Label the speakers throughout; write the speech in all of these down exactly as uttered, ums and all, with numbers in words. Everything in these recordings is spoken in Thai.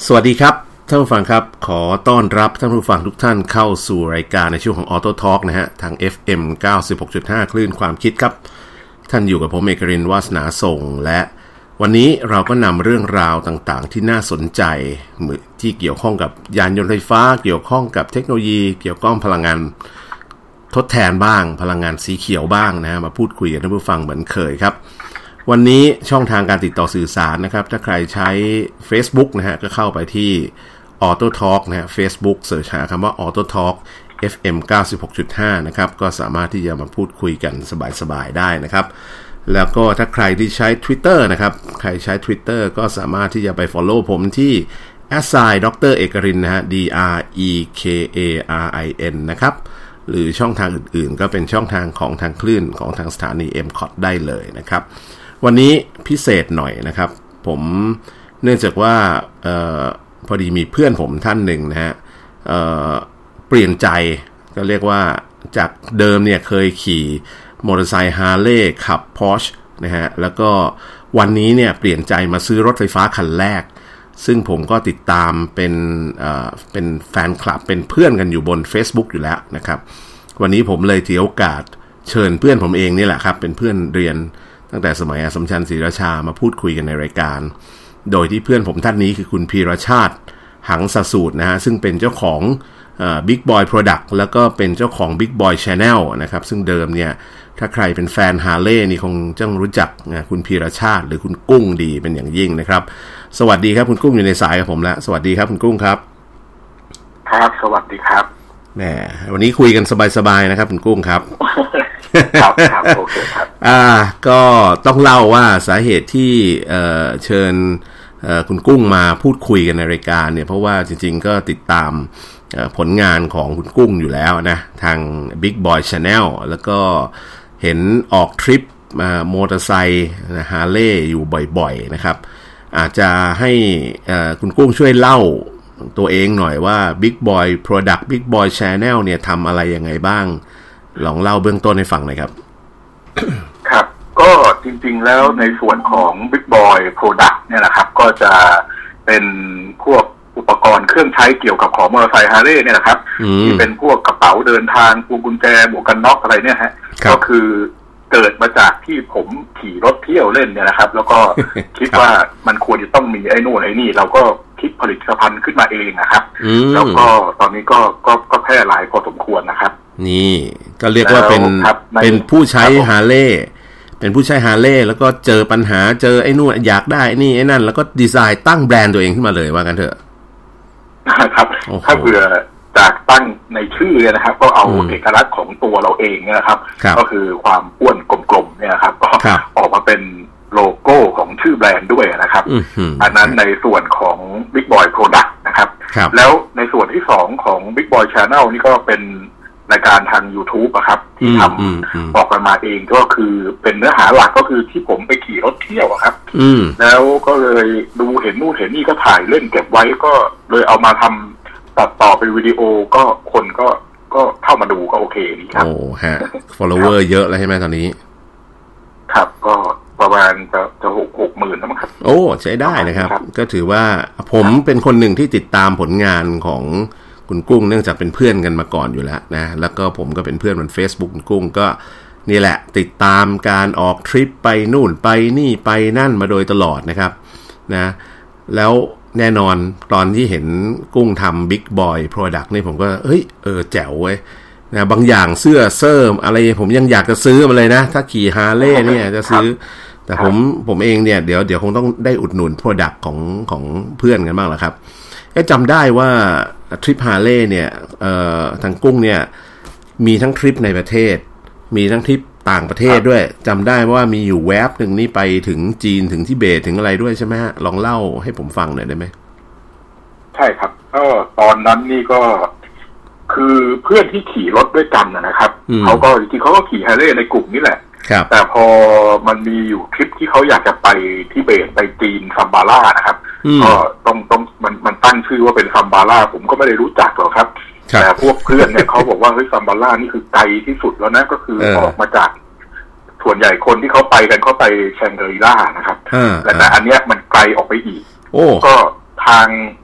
Speaker 1: สวัสดีครับท่านผู้ฟังครับขอต้อนรับท่านผู้ฟังทุกท่านเข้าสู่รายการในช่วงของ Auto Talk นะฮะทาง เอฟ เอ็ม เก้าสิบหกจุดห้า คลื่นความคิดครับท่านอยู่กับผมเอกรินทร์วาสนาส่งและวันนี้เราก็นำเรื่องราวต่างๆที่น่าสนใจที่เกี่ยวข้องกับยานยนต์ไฟฟ้าเกี่ยวข้องกับเทคโนโลยีเกี่ยวข้องพลังงานทดแทนบ้างพลังงานสีเขียวบ้างนะฮะมาพูดคุยกับท่านผู้ฟังเหมือนเคยครับวันนี้ช่องทางการติดต่อสื่อสารนะครับถ้าใครใช้ Facebook นะฮะก็เข้าไปที่ Auto Talk นะฮะ Facebook เสิร์ชหาคำว่า Auto Talk เอฟ เอ็ม เก้าสิบหกจุดห้า นะครับก็สามารถที่จะมาพูดคุยกันสบายๆได้นะครับแล้วก็ถ้าใครที่ใช้ Twitter นะครับใครใช้ Twitter ก็สามารถที่จะไป follow ผมที่แอท ไซน์ ดร เอกรินทร์นะฮะ D R E K A R I N นะครับหรือช่องทางอื่นๆก็เป็นช่องทางของทางคลื่นของทางสถานี เอ็ม ซี โอ ที ได้เลยนะครับวันนี้พิเศษหน่อยนะครับผมเนื่องจากว่าเอ่อพอดีมีเพื่อนผมท่านหนึ่งนะฮะเอ่อเปลี่ยนใจก็เรียกว่าจากเดิมเนี่ยเคยขี่มอเตอร์ไซค์ฮาร์เลย์ขับ Porsche นะฮะแล้วก็วันนี้เนี่ยเปลี่ยนใจมาซื้อรถไฟฟ้าคันแรกซึ่งผมก็ติดตามเป็นเอ่อเป็นแฟนคลับเป็นเพื่อนกันอยู่บน Facebook อยู่แล้วนะครับวันนี้ผมเลยถือโอกาสเชิญเพื่อนผมเองนี่แหละครับเป็นเพื่อนเรียนตั้งแต่สมัยอัสสัมชัญศรีราชามาพูดคุยกันในรายการโดยที่เพื่อนผมท่านนี้คือคุณพีรชาติหังสสูตรนะฮะซึ่งเป็นเจ้าของเอ่อ Big Boy Product แล้วก็เป็นเจ้าของ Big Boy Channel นะครับซึ่งเดิมเนี่ยถ้าใครเป็นแฟนฮาร์เลย์นี่คงจะรู้จักนะคุณพีรชาติหรือคุณกุ้งดีเป็นอย่างยิ่งนะครับสวัสดีครับคุณกุ้งอยู่ในสายกับผมแล้วสวัสดีครับคุณกุ้งครับ
Speaker 2: ครับสวัสดีครับ
Speaker 1: แหมวันนี้คุยกันสบายๆนะครับคุณกุ้งครับ
Speaker 2: ครับครับโอเคครับ
Speaker 1: อ่าก็ต้องเล่าว่าสาเหตุที่เอ่อเชิญเอ่อคุณกุ้งมาพูดคุยกันในรายการเนี่ยเพราะว่าจริงๆก็ติดตามเอ่อผลงานของคุณกุ้งอยู่แล้วนะทาง Big Boy Channel แล้วก็เห็นออกทริปมามอเตอร์ไซค์ฮาร์เลย์อยู่บ่อยๆนะครับอาจจะให้เอ่อคุณกุ้งช่วยเล่าตัวเองหน่อยว่า Big Boy Product Big Boy Channel เนี่ยทำอะไรยังไงบ้างลองเล่าเบื้องต้นให้ฟังหน่อยครับ
Speaker 2: ครับก็จริงๆแล้วในส่วนของ Big Boy Product เนี่ยนะครับก็จะเป็นพวกอุปกรณ์เครื่องใช้เกี่ยวกับของมอเตอร์ไซค์ฮาร์เลย์เนี่ยนะครับที่เป็นพวกกระเป๋าเดินทางพวงกุญแจหมวกกันน็อกอะไรเนี่ยฮะก็คือเกิดมาจากที่ผมขี่รถเที่ยวเล่นเนี่ยนะครับแล้วก็ คิดว่ามันควรจะต้องมีไอ้นู่นไอ้นี่เราก็คิดผลิตภัณฑ์ขึ้นมาเองนะครับแล้วก็ตอนนี้ก็ก็ก็แพร่หลายพอสมควรนะครับ
Speaker 1: นี่ก็เรียกว่าเป็นเป็นผู้ใช้ฮาร์เลย์เป็นผู้ใช้ฮาร์เลย์แล้วก็เจอปัญหาเจอไอ้นู่นอยากได้ไอ้นี่ไอ้นั่นแล้วก็ดีไซน์ตั้งแบรนด์ตัวเองขึ้นมาเลยว่ากันเถอะ
Speaker 2: ครับถ้าเผื่อจากตั้งในชื่อเนี่ยนะครับก็เอาเอกลักษณ์ของตัวเราเองเนี่ยนะครับก็คือความอ้วนกลมๆเนี่ยครับก็ออกมาเป็นโลโก้ของชื่อแบรนด์ด้วยนะครับอันนั้นในส่วนของ Big Boy Product นะครับแล้วในส่วนที่สองของ Big Boy Channel นี่ก็เป็นรายการทาง YouTube อะครับที่ทำออกกันมาเองก็คือเป็นเนื้อหาหลักก็คือที่ผมไปขี่รถเที่ยวอะครับแล้วก็เลยดูเห็นนู่นเห็นนี่ก็ถ่ายเล่นเก็บไว้ก็เลยเอามาทำตัดต่อเป็นวิดีโอก็คนก็ก็เข้ามาดูก็โอเคดีครับ
Speaker 1: โอ้ฮะ follower เยอะแล้วใช่ไหมตอนนี้
Speaker 2: ครับก็ประมาณจะจะหกหกหมื่นนะครับ
Speaker 1: โอ้ใช้ได้นะครับก็ถือว่าผมเป็นคนหนึ่งที่ติดตามผลงานของคุณกุ้งเนื่องจากเป็นเพื่อนกันมาก่อนอยู่แล้วนะแล้วก็ผมก็เป็นเพื่อนบน Facebook คุณกุ้งก็นี่แหละติดตามการออกทริปไปนู่นไปนี่ไปนั่นมาโดยตลอดนะครับนะแล้วแน่นอนตอนที่เห็นกุ้งทำ Big Boy Product นี่ผมก็เฮ้ยเออแจ๋วเว้ยนะบางอย่างเสื้อเสื้ออะไรผมยังอยากจะซื้อมาเลยนะถ้าขี่ฮาร์เลย์เนี่ยจะซื้อแต่ผมผมเองเนี่ยเดี๋ยวเดี๋ยวคงต้องได้อุดหนุน Product ของของเพื่อนกันบ้างแหละครับก็จำได้ว่าทริปฮาร์เลย์เนี่ยเอ่อทางกุ้งเนี่ยมีทั้งทริปในประเทศมีทั้งทริปต่างประเทศด้วยจำได้ว่ามีอยู่แวบหนึ่งนี่ไปถึงจีนถึงทิเบตถึงอะไรด้วยใช่ไหมฮะลองเล่าให้ผมฟังหน่อยได้ไหม
Speaker 2: ใช่ครับก็ตอนนั้นนี่ก็คือเพื่อนที่ขี่รถด้วยกันนะครับเขาก็จริงๆเขาก็ขี่ฮาร์เลย์ในกลุ่มนี่แหละแต่พอมันมีอยู่ทริปที่เขาอยากจะไปทิเบตไปจีนซัมบาร่านะครับก็ต้องต้องมันมันตั้งชื่อว่าเป็นซัมบาร่าผมก็ไม่ได้รู้จักหรอกครับแต่พวกเพื่อนเนี่ยเขาบอกว่าเฮ้ยซัมบาร่านี่คือไกลที่สุดแล้วนะก็คือออกมาจากส่วนใหญ่คนที่เขาไปกันเขาไปแชงเกรีล่านะครับแต่แต่อันเนี้ยมันไกลออกไปอีกก็ทาง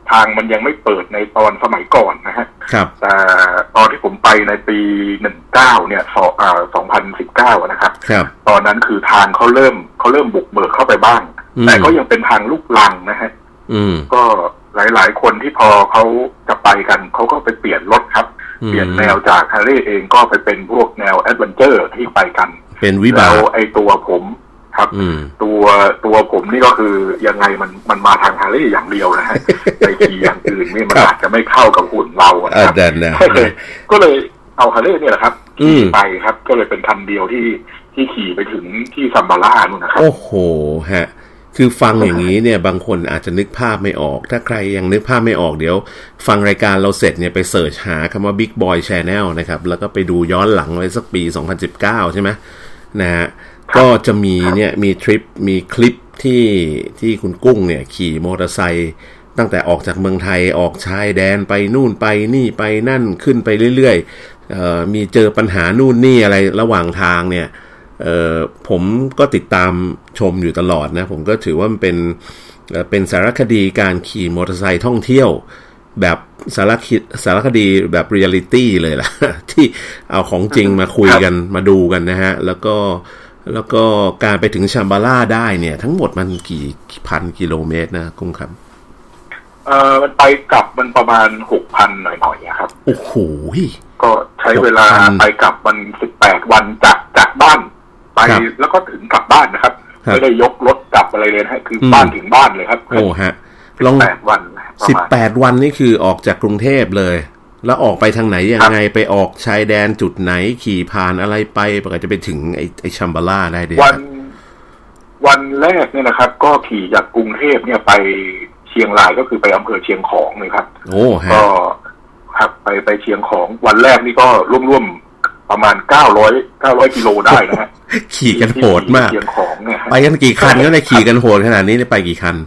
Speaker 2: ทางมันยังไม่เปิดในตอนสมัยก่อนนะฮะแต่ตอนที่ผมไปในปีหนึ่งเก้าเนี่ยสองพันสิบเก้านะครับตอนนั้นคือทางเขาเริ่มเขาเริ่มบุกเบิกเข้าไปบ้างแต่ก็ยังเป็นทางลูกลังนะฮะก็หลายๆคนที่พอเขาจะไปกันเขาก็ไปเปลี่ยนรถครับเปลี่ยนแนวจากฮาร์เลย์เองก็ไปเป็นพวกแนวแอดเวนเจอร์ที่ไปกัน
Speaker 1: เป็นวิบาก
Speaker 2: แล้วไอ้ตัวผมครับตัวตัวผมนี่ก็คือยังไงมันมันมาทางฮาร์เลย์อย่างเดียวนะฮะไอ้ขี่อย่างอื่นนี่มันอาจจะไม่เข้ากับหุ่นเราครับก็เลยเอาฮาร์เลย์เนี่ยแหละครับขี่ไปครับก็เลยเป็นคันเดียวที่ที่ขี่ไปถึงที่ซัมบาร่านู่นนะครับ
Speaker 1: โอ้โหฮะคือฟังอย่างนี้เนี่ยบางคนอาจจะนึกภาพไม่ออกถ้าใครยังนึกภาพไม่ออกเดี๋ยวฟังรายการเราเสร็จเนี่ยไปเสิร์ชหาคำว่า Big Boy Channel นะครับแล้วก็ไปดูย้อนหลังไว้สักปีสองพันสิบเก้าใช่ไหมนะฮะก็จะมีเนี่ยมีทริปมีคลิปที่ที่คุณกุ้งเนี่ยขี่มอเตอร์ไซค์ตั้งแต่ออกจากเมืองไทยออกชายแดนไปนู่นไปนี่ไปนั่นขึ้นไปเรื่อยๆเอ่อมีเจอปัญหานู่นนี่อะไรระหว่างทางเนี่ยเอ่อผมก็ติดตามชมอยู่ตลอดนะผมก็ถือว่ามันเป็นเอ่อเป็นสารคดีการขี่มอเตอร์ไซค์ท่องเที่ยวแบบสารคดีสารคดีแบบเรียลิตี้เลยล่ะ ที่เอาของจริงมาคุยกันมาดูกันนะฮะแล้วก็แล้วก็การไปถึงชัมบาร่าได้เนี่ยทั้งหมดมันกี่พันกิโลเมตรนะกุ้งครับ
Speaker 2: เอ่อมันไปกลับมันประมาณ หกพัน หน่อยๆครับ
Speaker 1: โอ้โห
Speaker 2: ก็ใช้เวลาไปกลับมันสิบแปดวันจากจากบ้านไปแล้วก็ถึงกลับบ้านนะครับไม่ได้ยกรถกลับอะไรเลยนะคือบ้านถึงบ้านเลยครับ
Speaker 1: โอ้ฮะ
Speaker 2: ลองสิบแปดวัน
Speaker 1: สิบแปดวันนี่คือออกจากกรุงเทพเลยแล้วออกไปทางไหนยังไงไปออกชายแดนจุดไหนขี่ผ่านอะไรไปปกติจะไปถึงไอ้ไอ้ชัมบาร่าได้ด้วย
Speaker 2: วันวันแรกเนี่ยนะครับก็ขี่จากกรุงเทพเนี่ยไปเชียงรายก็คือไปอำเภอเชียงของเลยครับ
Speaker 1: โอ้ฮะ
Speaker 2: ก็ครับไปไปเชียงของวันแรกนี่ก็ร่วมๆประมาณเก้าร้อย เก้าร้อยกิโลได้นะฮะ
Speaker 1: ขี่กันโหดมาก
Speaker 2: เชียงของเนี่ย
Speaker 1: ไปกันกี่คันก็ได้ขี่กันโหดขนาดนี้ได้ไปกี่คัน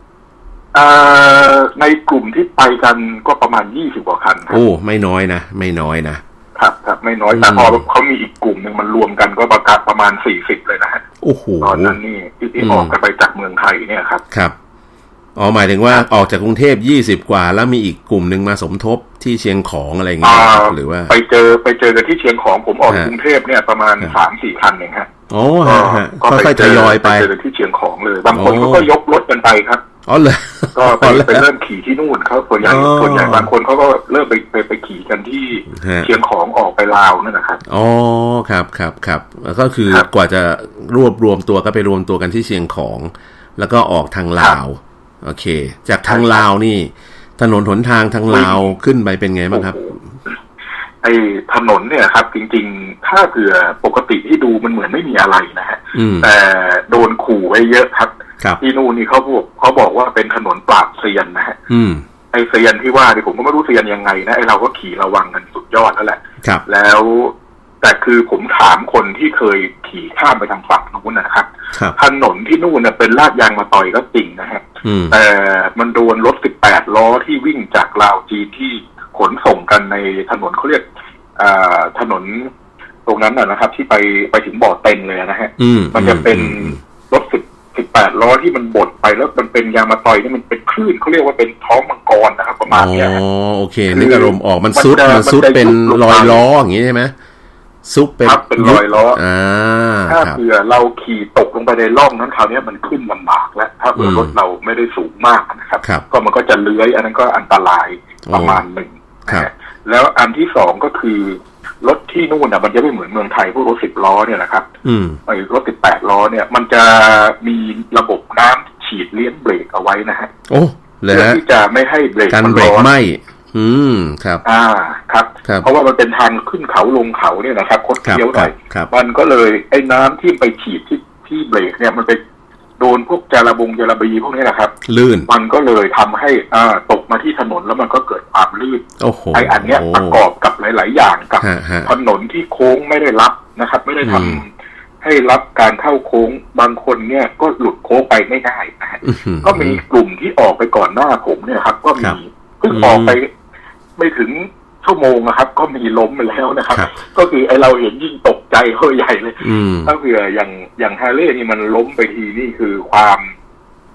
Speaker 2: ในกลุ่มที่ไปกันก็ประมาณยี่สิบกว่าคันครับ
Speaker 1: โอ้ไม่น้อยนะไม่น้อยนะครับ
Speaker 2: ครับไม่น้อยแต่พอเขามีอีกกลุ่มนึงมันรวมกันก็ประกาศประมาณสี่สิบเลยนะฮะ
Speaker 1: โอ้โห
Speaker 2: ตอนนั้นนี่ที่ออกกันไปจากเมืองไทยเนี่ยครับ
Speaker 1: ครับอ๋อหมายถึงว่าออกจากกรุงเทพยี่สิบกว่าแล้วมีอีกกลุ่มนึงมาสมทบที่เชียงของอะไรอย่างเงี้ยหรือว่า
Speaker 2: ไปเจอไปเจอกันที่เชียงของผมออกกรุงเทพเนี่ยประมาณ สามสี่ คันเองฮะ
Speaker 1: อ๋อฮะก็ค่อยๆทยอยไป
Speaker 2: เจอกันที่เชียงของเลยบางคนเขาก็ยกรถกันไปครับ
Speaker 1: อ๋อเลย
Speaker 2: ก็ไปไปเริ่มขี่ที่นู่นเขาส่วนใหญ่ส่วนใหญ่บางคนเขาก็เริ่มไปไปไปขี่กันที่เชียงของออกไปลาวนั่นนะครับ
Speaker 1: อ๋อครับครับครับก็คือกว่าจะรวบรวมตัวก็ไปรวมตัวกันที่เชียงของแล้วก็ออกทางลาวโอเคจากทางลาวนี่ถนนหนทางทางลาวขึ้นไปเป็นไงบ้างครับ
Speaker 2: ไอ้ถนนเนี่ยครับจริงๆถ้าเผื่อปกติที่ดูมันเหมือนไม่มีอะไรนะฮะแต่โดนขู่ไว้เยอะครับที่นู่นนี่เขาบอกเขาบอกว่าเป็นถนนปราบเซียนนะฮะไอ้เซียนที่ว่าดิผมก็ไม่รู้เซียนยังไงนะไอ้เราก็ขี่ระวังกันสุดยอดแล้วแหละแล้วแต่คือผมถามคนที่เคยขี่ข้ามไปทางฝั่งนู้นนะครับถนนที่นู่นเนี่ยเป็นลาดยางมาต่อยก็จริงนะฮะแต่มันโดนรถสิบแปดล้อที่วิ่งจากลาวจีนที่ขนส่งกันในถนนเขาเรียกถนนตรงนั้นนะครับที่ไปไปถึงบ่อเต็นเลยนะฮะมันจะเป็นรถสิบสิบแปดล้อที่มันบดไปแล้วมันเป็นยางมาต่อยนี่มันเป็นคลื่นเขาเรียกว่าเป็นท้องมังกรนะครับประมาณนี้
Speaker 1: อ๋อโอเคนึกอารมณ์ออกมันซุดมันซุดเป็นรอยล้ออย่างนี้ใช่ไหมซุปเป็น
Speaker 2: เป็นรอยล้อถ้าเผื่อเราขี่ตกลงไปในร่องนั้นคราวนี้มันขึ้นลำบากแล้วถ้าเผื่อรถเราไม่ได้สูงมากนะครับก็มันก็จะเลื้อยอันนั้นก็อันตรายประมาณหนึ่งแล้วอันที่สองก็คือรถที่นู่นอ่ะมันจะไม่เหมือนเมืองไทยพวกรถสิบล้อเนี่ยนะครับไอ้รถสิบแปดล้อเนี่ยมันจะมีระบบน้ำฉีดเลี้ยงเบรกเอาไว้นะฮะ
Speaker 1: โอ้เพื่
Speaker 2: อที่จะไม่ให้เบรก
Speaker 1: มันร้อนไม่อืมครับ
Speaker 2: อ่าครับเพราะว่ามันเป็นทางขึ้นเขาลงเขาเนี่ยนะครับคดเคี้ยวหน่อยมันก็เลยไอ้น้ำที่ไปฉีดที่ที่เบรกเนี่ยมันไปโดนพวกจาระบงจาระบีพวกนี้แหละครับ
Speaker 1: ลื่น
Speaker 2: มันก็เลยทำให้อ่าตกมาที่ถนนแล้วมันก็เกิดความลื่นไอ้อันเนี้ยประกอบกับหลายๆอย่างกับถนนที่โค้งไม่ได้รับนะครับไม่ได้ทำให้รับการเข้าโค้งบางคนเนี่ยก็หลุดโค้งไปไม่ได้นะฮะก็มีกลุ่มที่ออกไปก่อนหน้าผมเนี่ยครับก็มีเพิ่งออกไปไม่ถึงชั่วโมงนะครับก็มีล้มไปแล้วนะครับก็คือไอเราเห็นยิ่งตกใจเขาใหญ่เลยถ้าเผื่ออย่างอย่างฮาร์เลย์นี่มันล้มไปทีนี่คือความ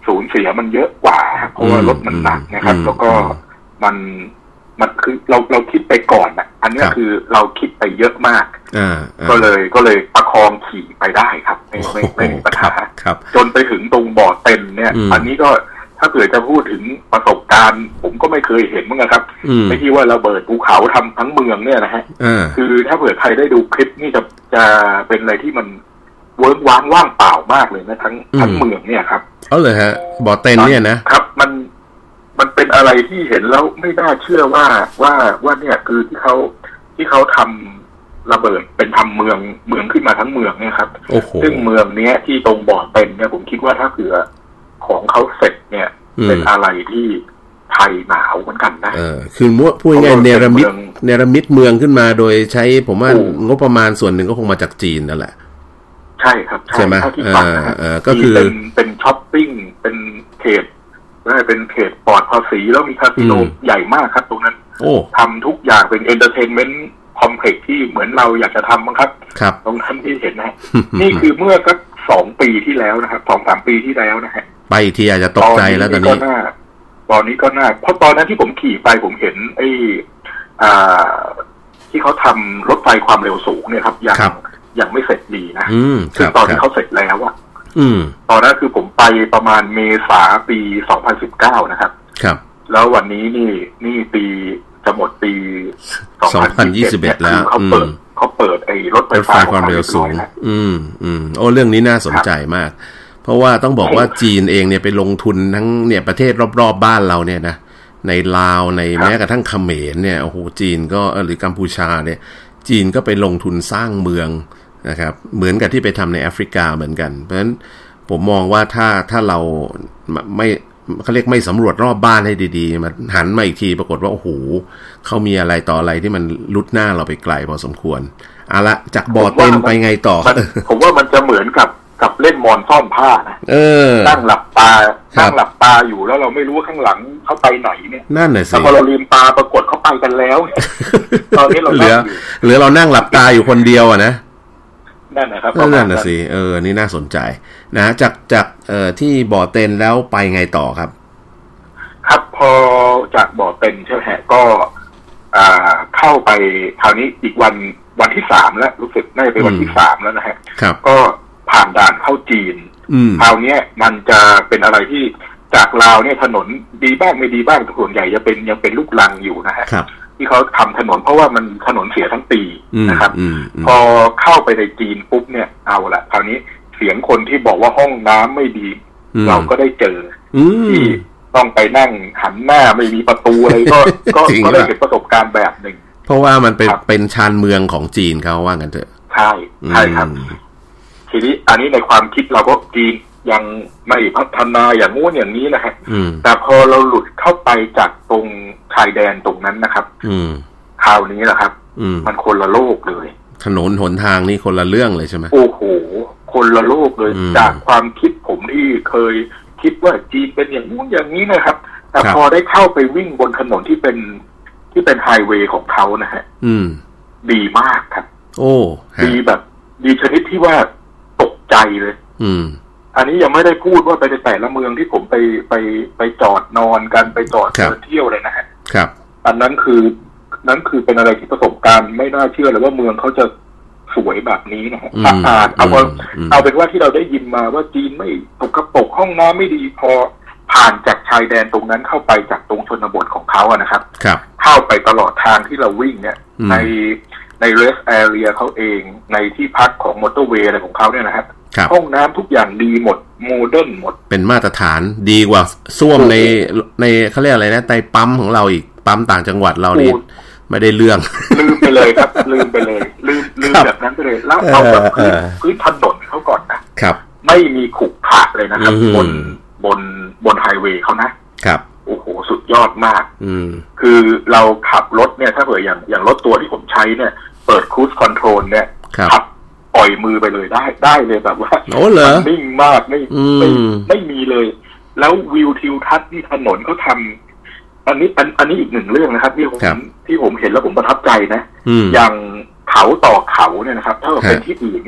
Speaker 2: สูญเสียมันเยอะกว่าเพราะว่ารถมันหนักนะครับแล้วก็มันมันคือเราเราคิดไปก่อนนะอันนี้คือเราคิดไปเยอะมากก็เลยก็เลยประคองขี่ไปได้ครับไม่ไม่ไม่มีปัญหาจนไปถึงตรงบ่อเต็นเนี่ยอันนี้ก็ถ้าเกิดจะพูดถึงประสบการณ์ผมก็ไม่เคยเห็นเหมือนกันครับไม่ที่ว่าระเบิดภูเขาทำทั้งเมืองเนี่ยนะฮะคือถ้าเผื่อใครได้ดูคลิปนี่จะจะเป็นอะไรที่มันเวิร์กว้างว่างเปล่ามากเลยนะทั้งทั้งเมืองเนี่ยครับ
Speaker 1: เอาเลยฮะบ่อเต็นเนี่ย
Speaker 2: นะครับมันมันเป็นอะไรที่เห็นแล้วไม่น่าเชื่อว่าว่าว่าเนี่ยคือที่เขาที่เขาทำระเบิดเป็นทำเมืองเมืองขึ้นมาทั้งเมืองเนี่ยครับซึ่งเมืองเนี้ยที่ตรงบ่อเต็นเนี่ยผมคิดว่าถ้าเผื่อของเขาเสร็จเนี่ยเป็นอะไรที่ไทยหนาวเหมือนกันนะ
Speaker 1: เออคือพูดง่ายๆเนรมิตเนรมิตเมืองขึ้นมาโดยใช้ผมว่างบประมาณส่วนหนึ่งก็คงมาจากจีนนั่นแหละ
Speaker 2: ใช่ครับ
Speaker 1: ใช่ไหม
Speaker 2: ที่ฟังนะก็คือเป็นเป็นช้อปปิ้งเป็นเขตเป็นเขตปลอดภาษีแล้วมีคาสิโนใหญ่มากครับตรงนั้นทำทุกอย่างเป็นเอนเตอร์เทนเมนต์คอมเพล็กซ์ที่เหมือนเราอยากจะทำมั้งครับตรงนั้นที่เห็นนะนี่คือเมื่อสักสองปีที่แล้วนะครับสองสามปีที่แล้วนะฮะ
Speaker 1: ไปที่อาจจะตกใจแล้วตอนนี้
Speaker 2: ตอนนี้ก็น่าเพราะตอนนั้นที่ผมขี่ไปผมเห็นไอ้อ่าที่เขาทำรถไฟความเร็วสูงเนี่ยครับยังยังไม่เสร็จดีนะคือตอนที่เขาเสร็จแล้วอะตอนนั้นคือผมไปประมาณเมษาปีสองพันสิบเก้านะครับ
Speaker 1: ครับ
Speaker 2: แล้ววันนี้นี่นี่ปีจะหมดปี
Speaker 1: สองพันยี่สิบเอ็ดแล้ว
Speaker 2: เขาเปิดเขาเปิดไอ้รถไฟฟ้า
Speaker 1: ความเร็วสูงอืมอืมโอ้เรื่องนี้น่าสนใจมากเพราะว่าต้องบอกว่าจีนเองเนี่ยไปลงทุนทั้งเนี่ยประเทศรอบๆบ้านเราเนี่ยนะในลาวในแม้กระทั่งเขมรเนี่ยโอ้โหจีนก็หรือกัมพูชาเนี่ยจีนก็ไปลงทุนสร้างเมืองนะครับเหมือนกับที่ไปทำในแอฟริกาเหมือนกันเพราะฉะนั้นผมมองว่าถ้าถ้าเราไม่เขาเรียกไม่สำรวจรอบบ้านให้ดีๆมาหันมาอีกทีปรากฏว่าโอ้โหเขามีอะไรต่ออะไรที่มันลุดหน้าเราไปไกลพอสมควรเอาละจากบ่อเต็นไปไงต่อ
Speaker 2: ผมว่ามันจะเหมือนกับกับเล่นมอนซ่อนผ้านะ
Speaker 1: เออ
Speaker 2: นั่งหลับตานั่งหลับตาอยู่แล้วเราไม่รู้ว่าข้างหลังเขาไปไหนเนี่ย
Speaker 1: นั่นแหละสิ
Speaker 2: พอเราลืมตาปรากฏเขาไปกันแล้วตอนนี้เรา
Speaker 1: เหลือเหลือเรานั่งหลับตาอยู่คนเดียวอ่ะนะ
Speaker 2: นั่นนะครับ
Speaker 1: นั่นน่ะสิเออนี่น่าสนใจนะจากจากเอ่อที่บ่อเต็นแล้วไปไงต่อครับ
Speaker 2: ครับพอจากบ่อเต็นใช่ไหมฮะก็อ่าเข้าไปคราวนี้อีกวันวันที่สามแล้วรู้สึกน่าจะเป็นวันที่สามแล้วนะฮะก็ผ่านด่านเข้าจีนคราวนี้มันจะเป็นอะไรที่จากลาวเนี่ยถนนดีบ้างไม่ดีบ้างส่วนใหญ่จะเป็นยังเป็นลูกรังอยู่นะฮะที่เขาทำถนนเพราะว่ามันถนนเสียทั้งปีนะครับพอเข้าไปในจีนปุ๊บเนี่ยเอาละคราวนี้เสียงคนที่บอกว่าห้องน้ำไม่ดีเราก็ได้เจอที่ต้องไปนั่งหันหน้าไม่มีประตูอะไรก็ก็ได้เห็นประสบการณ์แบบหนึ่ง
Speaker 1: เพราะว่ามันเป็นเป็นชานเมืองของจีนเขาว่ากันเถอะ
Speaker 2: ใช่ใช่ครับทีนี้อันนี้ในความคิดเราก็จีนยังไม่พัฒนาอย่างงู้นอย่างนี้นะฮะแต่พอเราหลุดเข้าไปจากตรงชายแดนตรงนั้นนะครับคราวนี้แหละครับมันคนละโลกเลย
Speaker 1: ถนนหนทางนี่คนละเรื่องเลยใช่ไหม
Speaker 2: โอ้โหคนละโลกเลยจากความคิดผมที่เคยคิดว่าจีนเป็นอย่างงู้นอย่างนี้นะครับแต่พอได้เข้าไปวิ่งบนถนนที่เป็นที่เป็นไฮเวย์ของเขานะฮะดีมากครับ
Speaker 1: โอ้
Speaker 2: ดีแบบดีชนิดที่ว่าตกใจเลย
Speaker 1: อืม
Speaker 2: อันนี้ยังไม่ได้พูดว่าไปในแต่ละเมืองที่ผมไปไปไปจอดนอนกันไปจอดเดินเที่ยวเลยนะฮะ
Speaker 1: ครับ
Speaker 2: อันนั้นคือนั้นคือเป็นอะไรที่ประสบการณ์ไม่น่าเชื่อเลยว่าเมืองเขาจะสวยแบบนี้นะฮะสะอาดเอาเอาเป็นว่าที่เราได้ยินมาว่าจีนไม่ตกกระปรกห้องน้ำไม่ดีพอผ่านจากชายแดนตรงนั้นเข้าไปจากตรงชนบทของเขาอะนะครับเข้าไปตลอดทางที่เราวิ่งเนี่ยในในเรสแอเรียเขาเองในที่พักของมอเตอร์เวย์อะไรของเขาเนี่ยนะครับห้องน้ำทุกอย่างดีหมดโมเดิร์นหมด
Speaker 1: เป็นมาตรฐานดีกว่าส้วมในในเขาเรียกอะไรนะในปั๊มของเราอีกปั๊มต่างจังหวัดเรานี่ไม่ได้เรื่อง
Speaker 2: ลืมไปเลยครับลืมไปเลยลืมลืมแบบนั้นไปเลยแล้วเอาแบบพื้นพื้นถนนเขาก่อนนะครับไม่มีขรุขระเลยนะครับบนบนบนไฮเวย์เขานะครับโอ้โหสุดยอดมาก
Speaker 1: อืม
Speaker 2: คือเราขับรถเนี่ยถ้าเผื่ออย่างอย่างรถตัวที่ผมใช้เนี่ยเปิดครูซคอนโทรลเนี่ยขับปล่อยมือไปเลยได้ได้เลยแบบว่า
Speaker 1: โอ้เหรอ
Speaker 2: นิ่งมากไม่ไม่ไม่มีเลยแล้ววิวทิวทัศน์ที่ถนนเขาทำอันนี้อันอันนี้อีกหนึ่งเรื่องนะครับที่ผมที่ผมเห็นแล้วผมประทับใจนะอย่างเขาต่อเขาเนี่ยนะครับถ้าเป็นที่อื่นเนี่ย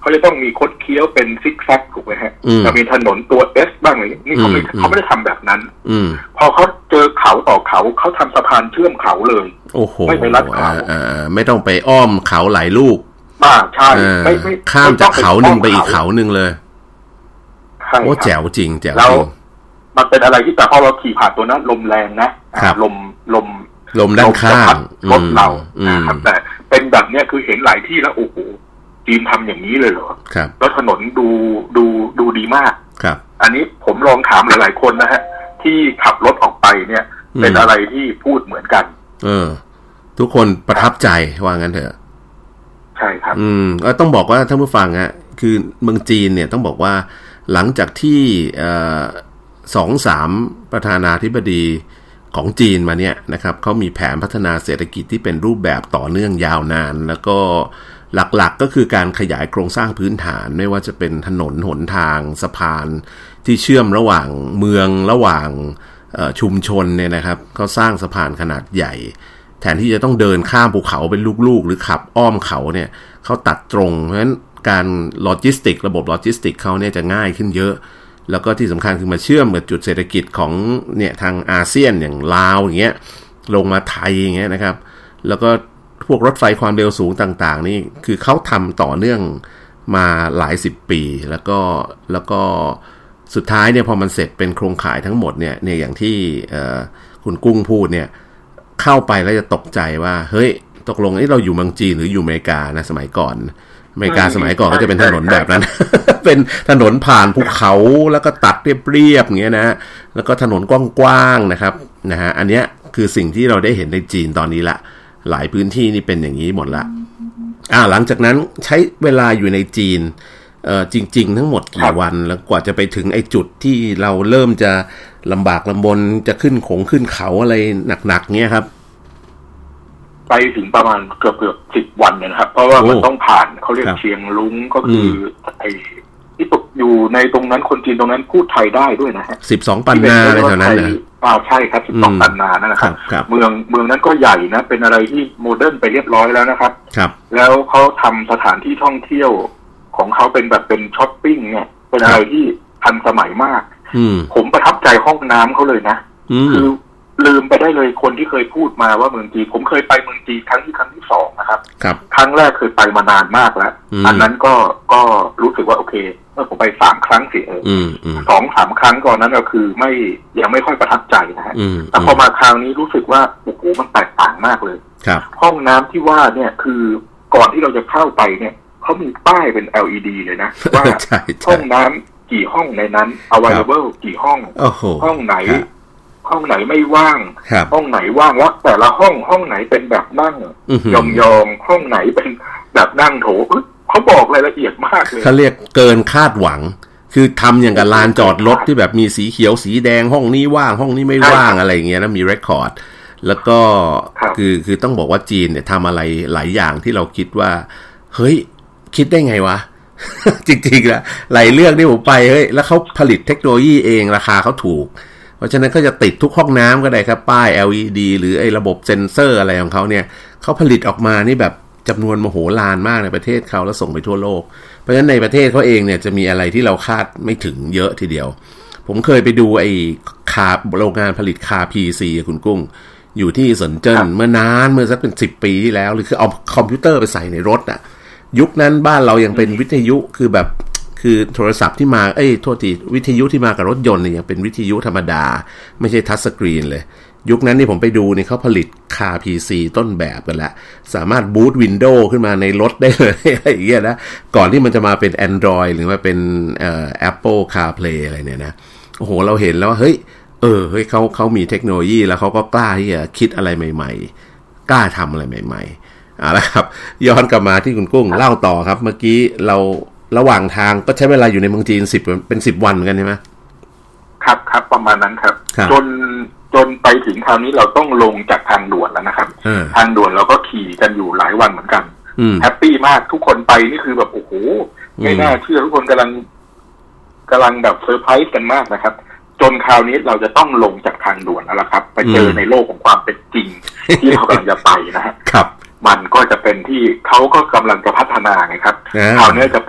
Speaker 2: เขาจะต้องมีคดเคี้ยวเป็นซิกแซกถูกไหมฮะจะมีถนนตัวเอสบ้างเลยนี่เขาไม่เขาไม่ได้ทำแบบนั้นพอเขาเจอเขาต่อเขาเขาทำสะพานเชื่อมเขาเลย
Speaker 1: โอ้โห
Speaker 2: ไม่ไปลัดเขา
Speaker 1: ไม่ต้องไปอ้อมเขาหลายลูก
Speaker 2: อ่าใช่ไม่ไม่
Speaker 1: ข้ามจากเขาหนึ่งไปอีกเขาหนึ่งเลยโอ้แจ๋วจริงแจ๋วจริง
Speaker 2: มันเป็นอะไรที่แต่พอเราขี่ผ่านตัวนั้นลมแรงนะลมลม
Speaker 1: ลมด้านข้าง
Speaker 2: รถเรานะครับแต่เป็นแบบเนี้ยคือเห็นหลายที่แล้วโอ้โหจีนทำอย่างนี้เลยเหรอ
Speaker 1: ครับ
Speaker 2: แล้วถนนดูดูดูดีมาก
Speaker 1: ครับ
Speaker 2: อันนี้ผมลองถามหลายๆคนนะฮะที่ขับรถออกไปเนี่ยเป็นอะไรที่พูดเหมือนกัน
Speaker 1: เออทุกคนประทับใจว่างั้นเถอะ
Speaker 2: ใช่ครับ
Speaker 1: อืมก็ต้องบอกว่าท่านผู้ฟังฮะคือเมืองจีนเนี่ยต้องบอกว่าหลังจากที่เอ่อสองสามประธานาธิบดีของจีนมาเนี่ยนะครับเขามีแผนพัฒนาเศรษฐกิจที่เป็นรูปแบบต่อเนื่องยาวนานแล้วก็หลักๆ ก็คือการขยายโครงสร้างพื้นฐานไม่ว่าจะเป็นถนนหนทางสะพานที่เชื่อมระหว่างเมืองระหว่างชุมชนเนี่ยนะครับเขาสร้างสะพานขนาดใหญ่แทนที่จะต้องเดินข้ามภูเขาเป็นลูกๆหรือขับอ้อมเขาเนี่ยเขาตัดตรงเพราะฉะนั้นการโลจิสติกระบบโลจิสติกเขาเนี่ยจะง่ายขึ้นเยอะแล้วก็ที่สำคัญคือมาเชื่อมกับจุดเศรษฐกิจของเนี่ยทางอาเซียนอย่างลาวอย่างเงี้ยลงมาไทยอย่างเงี้ยนะครับแล้วก็พวกรถไฟความเร็วสูงต่างๆนี่คือเขาทำต่อเนื่องมาหลายสิบปีแล้วก็แล้วก็สุดท้ายเนี่ยพอมันเสร็จเป็นโครงข่ายทั้งหมดเนี่ยเนี่ยอย่างที่คุณกุ้งพูดเนี่ยเข้าไปแล้วจะตกใจว่าเฮ้ยตกลงไอ้เราอยู่เมืองจีนหรืออยู่อเมริกานะสมัยก่อนอเมริกาสมัยก่อนก็จะเป็นถนนแบบนั้น เป็นถนนผ่านภูเขาแล้วก็ตัดเรียบๆอย่างเงี้ยนะแล้วก็ถนนกว้างๆนะครับนะฮะอันเนี้ยคือสิ่งที่เราได้เห็นในจีนตอนนี้ละหลายพื้นที่นี่เป็นอย่างนี้หมดละอ่าหลังจากนั้นใช้เวลาอยู่ในจีนเอ่อจริงๆทั้งหมดกี่วันแล้วกว่าจะไปถึงไอ้จุดที่เราเริ่มจะลำบากลำบนจะขึ้นขงขึ้นเขาอะไรหนักๆเงี้ยครับ
Speaker 2: ไปถึงประมาณเกือบเกือบสิบวันนะครับเพราะว่ามันต้องผ่านเขาเรียกเชียงลุงก็คือไอ้ที่ตกอยู่ในตรงนั้นคนจีนตรงนั้นพูดไทยได้ด้วยนะฮะ
Speaker 1: สิบสองปันนาอะไรแถวนั้นนะ
Speaker 2: อ่าใช่ครับสิบสองปันนานั่นนะครับเมืองเมืองนั้นก็ใหญ่นะเป็นอะไรที่โมเดิร์นไปเรียบร้อยแล้วนะครับ
Speaker 1: ครับ
Speaker 2: แล้วเขาทำสถานที่ท่องเที่ยวของเขาเป็นแบบเป็นช้อปปิ้งเนี่ยเป็นอะไรที่ทันสมัยมากผมประทับใจห้องน้ำเขาเลยนะคือลืมไปได้เลยคนที่เคยพูดมาว่าเมืองจีนผมเคยไปเมืองจีนครั้งที่ครั้งที่สองนะครับ
Speaker 1: ครับ
Speaker 2: ครั้งแรกเคยไปมานานมากแล้วอันนั้นก็ก็รู้สึกว่าโอเคเมื่อผมไปสามครั้งสิเออสองสามครั้งก่อนนั้นก็คือไม่ยังไม่ค่อยประทับใจนะฮะแต่พอมาคราวนี้รู้สึกว่าโอ้โหมันแตกต่างมากเลย
Speaker 1: ครับ
Speaker 2: ห้องน้ำที่ว่าเนี่ยคือก่อนที่เราจะเข้าไปเนี่ยเขามีป้ายเป็น แอล อี ดี เลยนะว่าห้องน้ำกี่ห้องในนั้น available กี่ห้องห้องไหนห้องไหนไม่ว่างห้องไหนว่างแล้วแต่ละห้องห้องไหนเป็นแบบนั่งยองๆห้องไหนเป็นแบบนั่งโถเขาบอกรายละเอียดมากเลย
Speaker 1: เขาเรียกเกินคาดหวังคือทำอย่างกับลานจอดรถที่แบบมีสีเขียวสีแดงห้องนี้ว่างห้องนี้ไม่ว่างอะไรอย่างเงี้ยนะมีเรคคอร์ดแล้วก็คือคือต้องบอกว่าจีนเนี่ยทำอะไรหลายอย่างที่เราคิดว่าเฮ้ยคิดได้ไงวะ จริงๆแล้วหลายเรื่องที่ผมไปเฮ้ยแล้วเขาผลิตเทคโนโลยีเองราคาเขาถูกเพราะฉะนั้นก็จะติดทุกห้องน้ำก็ได้ครับป้าย แอล อี ดี หรือไอ้ระบบเซ็นเซอร์อะไรของเขาเนี่ยเขาผลิตออกมานี่แบบจำนวนมโหฬารมากในประเทศเขาแล้วส่งไปทั่วโลกเพราะฉะนั้นในประเทศเขาเองเนี่ยจะมีอะไรที่เราคาดไม่ถึงเยอะทีเดียวผมเคยไปดูไอ้คาโรงงานผลิตคา พี ซี คุณกุ้งอยู่ที่เซินเจิ้นเมื่อนานเมื่อสักเป็นสิบปีที่แล้วหรือคือเอาคอมพิวเตอร์ไปใส่ในรถอ่ะยุคนั้นบ้านเรายังเป็นวิทยุคือแบบคือโทรศัพท์ที่มาเอ้ยโทษทีวิทยุที่มากับรถยนต์เนี่ยยังเป็นวิทยุธรรมดาไม่ใช่ทัชสกรีนเลยยุคนั้นนี่ผมไปดูนี่เขาผลิตคา พี ซี ต้นแบบกันแล้วสามารถบูตวินโดว์ขึ้นมาในรถได้เลยอะไรอย่างเงี้ยนะก่อนที่มันจะมาเป็น Android หรือมาเป็นเอ่อ Apple CarPlay อะไรเนี่ยนะโอ้โหเราเห็นแล้วว่าเฮ้ยเออเฮ้ยเขาเขามีเทคโนโลยีแล้วเขาก็กล้าที่จะคิดอะไรใหม่ๆกล้าทำอะไรใหม่ๆอ่ะแล้วครับย้อนกลับมาที่คุณกุ้งเล่าต่อครับเมื่อกี้เราระหว่างทางก็ใช้เวลาอยู่ในเมืองจีนสิบเป็นสิบวันเหมือนกันใช่ไหม
Speaker 2: ครับครับประมาณนั้นครับจนจนไปถึงคราวนี้เราต้องลงจากทางด่วนแล้วนะครับทางด่วนเราก็ขี่กันอยู่หลายวันเหมือนกันแฮปปี้มากทุกคนไปนี่คือแบบโอ้โหไม่น่าเชื่อทุกคนกำลังกำลังแบบเซอร์ไพรส์กันมากนะครับจนคราวนี้เราจะต้องลงจากทางด่วนแล้วละครับไปเจอในโลกของความเป็นจริงที่เรากำลังจะไปนะฮะมันก็จะเป็นที่เขาก็กำลังจะพัฒนาไงครับคราวนี้จะเป็น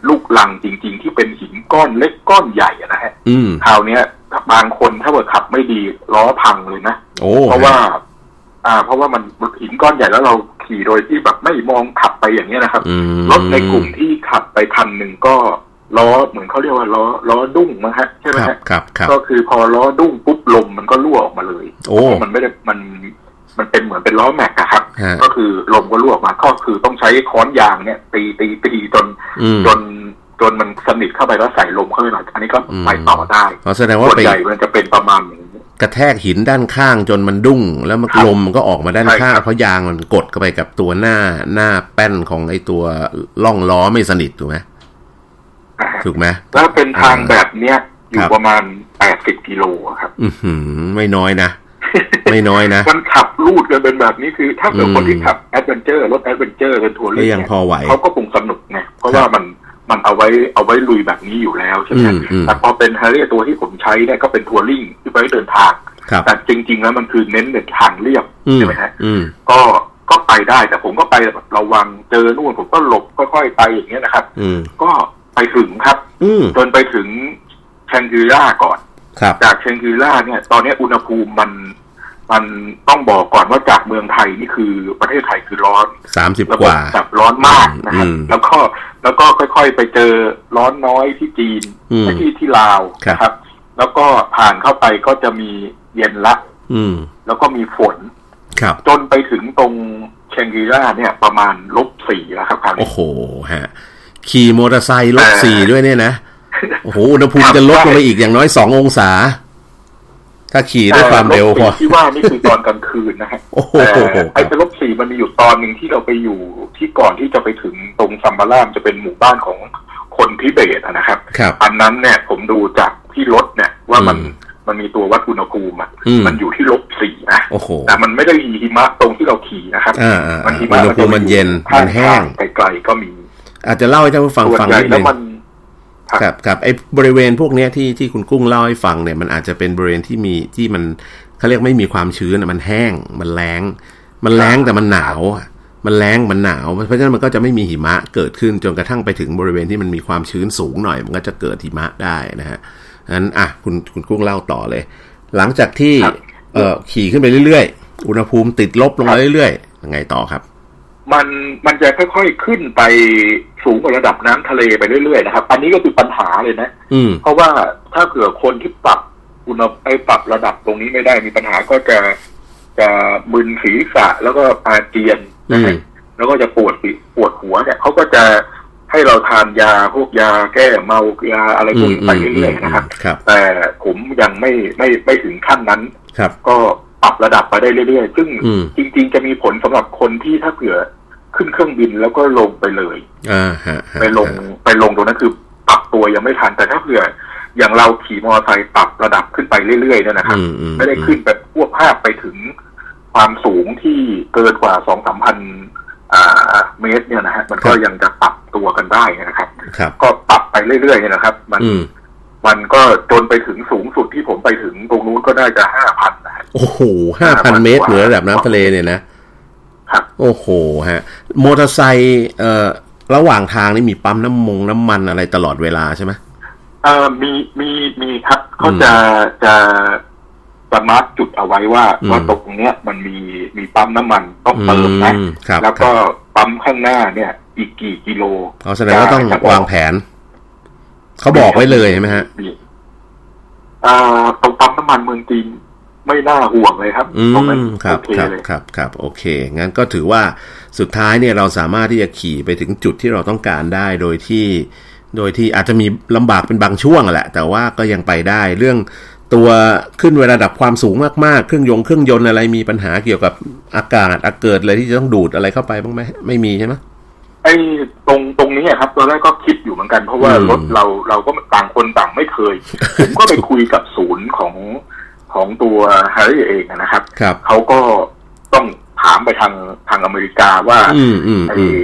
Speaker 2: ลูกลังจริงๆที่เป็นหินก้อนเล็กก้อนใหญ่นะฮะคราวนี้บางคนถ้าเกิดขับไม่ดีล้อพังเลยนะเพราะว่าอ่าเพราะว่ามันหินก้อนใหญ่แล้วเราขี่โดยที่แบบไม่มองขับไปอย่างนี้นะครับรถในกลุ่มที่ขับไปคันหนึ่งก็ล้อเหมือนเขาเรียกว่าล้อล้อดุ้งมั้งฮะใช่ไหมฮะก็คือพอล้อดุ้งปุ๊บลมมันก็รั่วออกมาเลยโอ้มันไม่ได้มันมันเป็นเหมือนเป็นล้อแม็กอะครับก็คือลมก็รั่วออกมาก็คือต้องใช้ค้อนยางเนี่ยตีตีตีจนจนจนมันสนิทเข้าไปแล้วใส่ลมเข้าไปหน่อยอันนี้ก็ไปต่อได้
Speaker 1: แสดงว่าส่
Speaker 2: วนใหญ่มันจะเป็นประมาณนี้
Speaker 1: กระแทกหินด้านข้างจนมันดุ้งแล้วมันลมมันก็ออกมาด้านข้างเพราะยางมันกดเข้าไปกับตัวหน้าหน้าแป้นของไอ้ตัวล่องล้อไม่สนิทถูกไหมถูกไหม
Speaker 2: แล้วเป็นทางแบบเนี้ยอยู่ประมาณแปดสิบกิโลครับ
Speaker 1: อือหือไม่น้อยนะไม่น้อยนะ
Speaker 2: มันขับลูดกันเป็นแบบนี้คือถ้าเกิดคนที่ขับแอดเวนเจอร์รถแอดเวนเจอร์เป็นทัวริ่งเขาก็คงสนุกไงเพราะว่ามันมันเอาไว้เอาไว้ลุยแบบนี้อยู่แล้วใช่ไหมแต่พอเป็นแฮร์รี่ตัวที่ผมใช้เนี่ยก็เป็นทัวริ่งที่ไปเดินทางแต่จริงๆแล้วมันคือเน้นในทางเรียบใช่ไหมฮะก็ก็ไปได้แต่ผมก็ไปแบบระวังเจอนู่นผมก็หลบค่อยๆไปอย่างเงี้ยนะครับก็ไปถึงครับจนไปถึงแชงกรีล่าก่อนจากแชงกรีล่าเนี่ยตอนนี้อุณหภูมิมันมันต้องบอกก่อนว่าจากเมืองไทยนี่คือประเทศไทยคือร้อน
Speaker 1: สามสิบกว่า
Speaker 2: แบบร้อนมากนะครับแล้วก็แล้วก็ค่อยๆไปเจอร้อนน้อยที่จีนที่ที่ลาวนะครับแล้วก็ผ่านเข้าไปก็จะมีเย็นละแล้วก็มีฝนจนไปถึงตรงแชงกรีล่าเนี่ยประมาณลบสี่แล้วครับ
Speaker 1: โอ้โหฮะขี่มอเตอร์ไซค์ลบสี่ด้วยเนี่ยนะโอ้โหอุณหภูมิจะลดลงไปอีกอย่างน้อยสององศาถ้าขี่ด้วยความเร็วพอ
Speaker 2: ที่ว่านี่คือตอนกลางคืนนะฮะแต่ไอ้เป็นลบสี่มันมีอยู่ตอนหนึ่งที่เราไปอยู่ที่ก่อนที่จะไปถึงตรงซัมบาร่ามจะเป็นหมู่บ้านของคนทิเบตนะครับอันนั้นเนี่ยผมดูจากที่รถเนี่ยว่ามันมันมีตัววัดอุณหภูมิอ่ะมันอยู่ที่ลบสี่นะแต่มันไม่ได้หิมะตรงที่เราขี่นะครับ
Speaker 1: มันหิมะมันเย็นมันแห้ง
Speaker 2: ไกลๆก็มี
Speaker 1: อาจจะเล่าให้ท่านผู้ฟังฟังนิดนึงครับครับไอ้บริเวณพวกนี้ที่ที่คุณกุ้งเล่าให้ฟังเนี่ยมันอาจจะเป็นบริเวณที่มีที่มันเขาเรียกไม่มีความชื้นมันแห้งมันแล้งมันแล้งแต่มันหนาวมันแล้งมันหนาวเพราะฉะนั้นมันก็จะไม่มีหิมะเกิดขึ้นจนกระทั่งไปถึงบริเวณที่มันมีความชื้นสูงหน่อยมันก็จะเกิดหิมะได้นะฮะงั้นอ่ะคุณคุณกุ้งเล่าต่อเลยหลังจากที่เอ่อขี่ขึ้นไปเรื่อยๆอุณหภูมิติดลบลงมาเรื่อยๆยังไงต่อครับ
Speaker 2: มันมันจะค่อยๆขึ้นไปสูงกว่าระดับน้ำทะเลไปเรื่อยๆนะครับอันนี้ก็คือปัญหาเลยนะเพราะว่าถ้าเกิดคนที่ปรับอุณหภูมิปรับระดับตรงนี้ไม่ได้มีปัญหาก็จะจะมึนศีรษะแล้วก็อาเจียนนะฮะแล้วก็จะปวดปวดหัวเนี่ยเขาก็จะให้เราทานยาพวกยาแก้เมายาอะไรพวกนี้ไปเรื่อยๆนะครับแต่ผมยังไม่ไม่ไม่ถึงขั้นนั้นก็ปรับระดับไปได้เรื่อยๆซึ่งจริงๆจะมีผลสำหรับคนที่ถ้าเผื่อขึ้นเครื่องบินแล้วก็ลงไปเลยไปลงไปลงตรงนั้นคือปรับตัวยังไม่ทันแต่ถ้าเผื่ออย่างเราขี่มอเตอร์ไซค์ปรับระดับขึ้นไปเรื่อยๆเนี่ยนะครับไม่ได้ขึ้นแบบพวกภาพไปถึงความสูงที่เกินกว่าสองสามพันเมตรเนี่ยนะฮะมันก็ยังจะปรับตัวกันได้นะครับก็ปรับไปเรื่อยๆเนี่ยนะครับมันมันก็จนไปถึงสูงสุดที่ผมไปถึงตรงนู้นก็ได้จะห้าพันนะฮะ
Speaker 1: โอ้โหห้าพันเมตรเหนือระดับน้ำทะเลเนี่ยนะครับโอ้โหฮะมอเตอร์ไซค์เอ่อระหว่างทางนี่มีปั๊มน้ำมงน้ำมันอะไรตลอดเวลาใช่ไหม
Speaker 2: เอ่อมีมีมีครับเขาจะจะสมาร์ทจุดเอาไว้ว่าว่าตรงเนี้ยมันมีมีปั๊มน้ำมันต้องเติมนะแล้วก็ปั๊มข้างหน้าเนี่ยอีกกี่กิโล
Speaker 1: เขาแสดงว่าต้องวางแผนเขาบอกไว้เลยใช่ไหมฮะ
Speaker 2: อ่าตรงปั๊มน้ำมันเมืองจีนไม่น่าห่วงเลยครับ
Speaker 1: ตรงนั้นครับครับครับครับโอเคงั้นก็ถือว่าสุดท้ายเนี่ยเราสามารถที่จะขี่ไปถึงจุดที่เราต้องการได้โดยที่โดยที่อาจจะมีลำบากเป็นบางช่วงแหละแต่ว่าก็ยังไปได้เรื่องตัวขึ้นเวลาระดับความสูงมากๆเครื่องยนต์เครื่องยนต์อะไรมีปัญหาเกี่ยวกับอากาศอากาศอะไรที่จะต้องดูดอะไรเข้าไปบ้างไหมไม่มีใช่ไหม
Speaker 2: ไอ้ตรงตรงนี้ครับตอนแรกก็คิดอยู่เหมือนกันเพราะว่ารถเราเราก็ต่างคนต่างไม่เคยผมก็ไปคุยกับศูนย์ของของตัวแฮร์รี่เองนะครับเขาก็ต้องถามไปทางทางอเมริกาว่าไอ้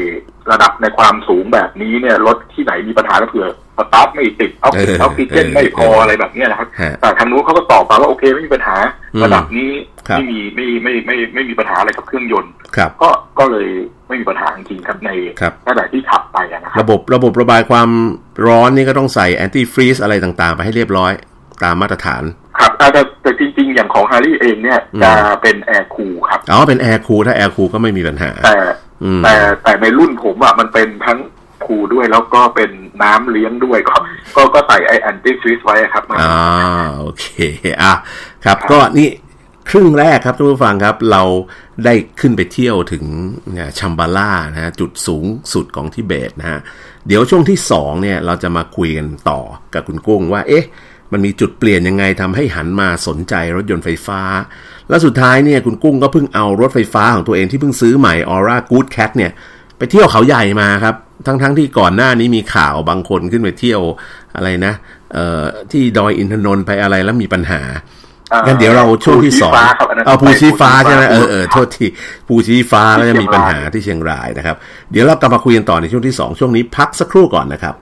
Speaker 2: ระดับในความสูงแบบนี้เนี่ยรถที่ไหนมีปัญหาก็เผื่อสตาร์ทไม่ติดออกซิออกซิเจนไม่พออะไรแบบนี้นะครับแต่ทางนู้นเขาก็ตอบมาว่าโอเคไม่มีปัญหาระดับนี้ไม่มีไม่ไม่ไม่ไม่มีปัญหาอะไรกับเครื่องยนต์ก็ก็เลยไม่มีปัญหาจริงๆครับในขณะที่ขับไปนะครับ
Speaker 1: ระบบระบบระบายความร้อนนี่ก็ต้องใส่แอนตี้ฟรีซอะไรต่างๆไปให้เรียบร้อยตามมาตรฐาน
Speaker 2: ครับแต่แต่จริงๆอย่างของ Harley เองเนี่ยจะเป็นแอร์คูลครับ
Speaker 1: อ๋อเป็นแอร์คูลถ้าแอร์คูลก็ไม่มีปัญหา
Speaker 2: แต่แต่แต่ในรุ่นผมอ่ะมันเป็นทั้งคูลด้วยแล้วก็เป็นน้ำเลี้ยงด้วยก็ก็ก็ใส่ไอแอนตี้ฟรีซไว้ครับ
Speaker 1: อ่าโอเคอ่ะครับก็นี่ครึ่งแรกครับทุกผู้ฟังครับเราได้ขึ้นไปเที่ยวถึงชัมบาล่านะฮะจุดสูงสุดของทิเบตนะฮะเดี๋ยวช่วงที่สองเนี่ยเราจะมาคุยกันต่อกับคุณกุ้งว่าเอ๊ะมันมีจุดเปลี่ยนยังไงทำให้หันมาสนใจรถยนต์ไฟฟ้าแล้วสุดท้ายเนี่ยคุณกุ้งก็เพิ่งเอารถไฟฟ้าของตัวเองที่เพิ่งซื้อใหม่ Aura Good Cat เนี่ยไปเที่ยวเขาใหญ่มาครับทั้งๆ ท, ที่ก่อนหน้านี้มีข่าวบางคนขึ้นไปเที่ยวอะไรนะเอ่อที่ดอยอินทนนท์ไปอะไรแล้วมีปัญหางั้นเดี๋ยวเราช่วงที่สองเอาภูชีฟ้าใช่ไหมเออเออโทษทีภูชีฟ้าแล้วจะมีปัญหาที่เชียงรายนะครับเดี๋ยวเรากลับมาคุยกันต่อในช่วงที่สองช่วงนี้พักสักครู่ก่อนนะครับ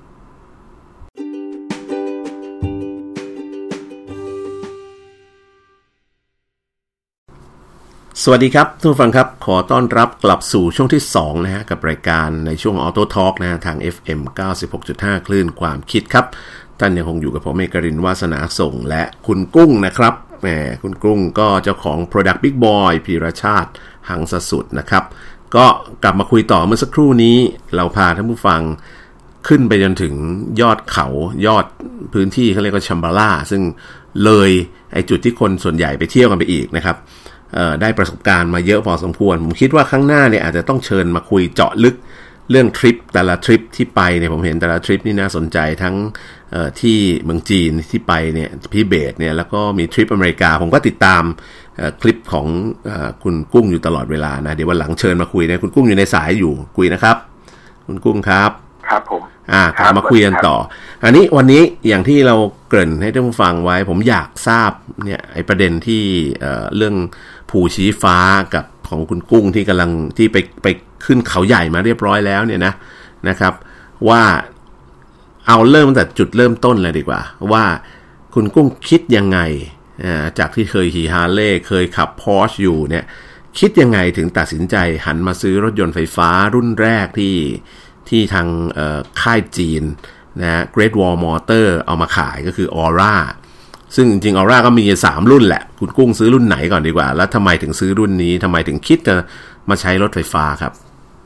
Speaker 1: สวัสดีครับทุกผู้ฟังครับขอต้อนรับกลับสู่ช่วงที่สองนะฮะกับรายการในช่วง Auto Talk นะฮะทาง เอฟ เอ็ม เก้าสิบหกจุดห้า คลื่นความคิดครับท่านยังคงอยู่กับผมเอกรินทร์วาสนาส่งและคุณกุ้งนะครับแหมคุณกุ้งก็เจ้าของ Product Big Boy พีรชาติหังสสุดนะครับก็กลับมาคุยต่อเมื่อสักครู่นี้เราพาท่านผู้ฟังขึ้นไปจนถึงยอดเขายอดพื้นที่เขาเรียกว่าชัมบาล่าซึ่งเลยไอจุดที่คนส่วนใหญ่ไปเที่ยวกันไปอีกนะครับได้ประสบการณ์มาเยอะพอสมควรผมคิดว่าข้างหน้าเนี่ยอาจจะต้องเชิญมาคุยเจาะลึกเรื่องทริปแต่ละทริปที่ไปเนี่ยผมเห็นแต่ละทริปนี่น่าสนใจทั้งที่เมืองจีนที่ไปเนี่ยทิเบตเนี่ยแล้วก็มีทริปอเมริกาผมก็ติดตามคลิปของคุณกุ้งอยู่ตลอดเวลานะเดี๋ยววันหลังเชิญมาคุยนะคุณกุ้งอยู่ในสายอยู่คุยนะครับคุณกุ้งครับ
Speaker 2: ครับผม
Speaker 1: อ่ามาคุยกันต่ออันนี้วันนี้อย่างที่เราเกริ่นให้ท่านผู้ฟังไว้ผมอยากทราบเนี่ยไอ้ประเด็นที่เอ่อเรื่องภูชี้ฟ้ากับของคุณกุ้งที่กำลังที่ไปไปขึ้นเขาใหญ่มาเรียบร้อยแล้วเนี่ยนะนะครับว่าเอาเริ่มตั้งแต่จุดเริ่มต้นเลยดีกว่าว่าคุณกุ้งคิดยังไงอ่าจากที่เคยขี่ฮาร์เลย์เคยขับ Porsche อยู่เนี่ยคิดยังไงถึงตัดสินใจหันมาซื้อรถยนต์ไฟฟ้ารุ่นแรกที่ที่ทางค่ายจีนนะ Great Wall Motor เอามาขายก็คือ Aura ซึ่งจริงๆ Aura ก็มีสามรุ่นแหละคุณกุ้งซื้อรุ่นไหนก่อนดีกว่าแล้วทำไมถึงซื้อรุ่นนี้ทำไมถึงคิดจะมาใช้รถไฟฟ้าครับ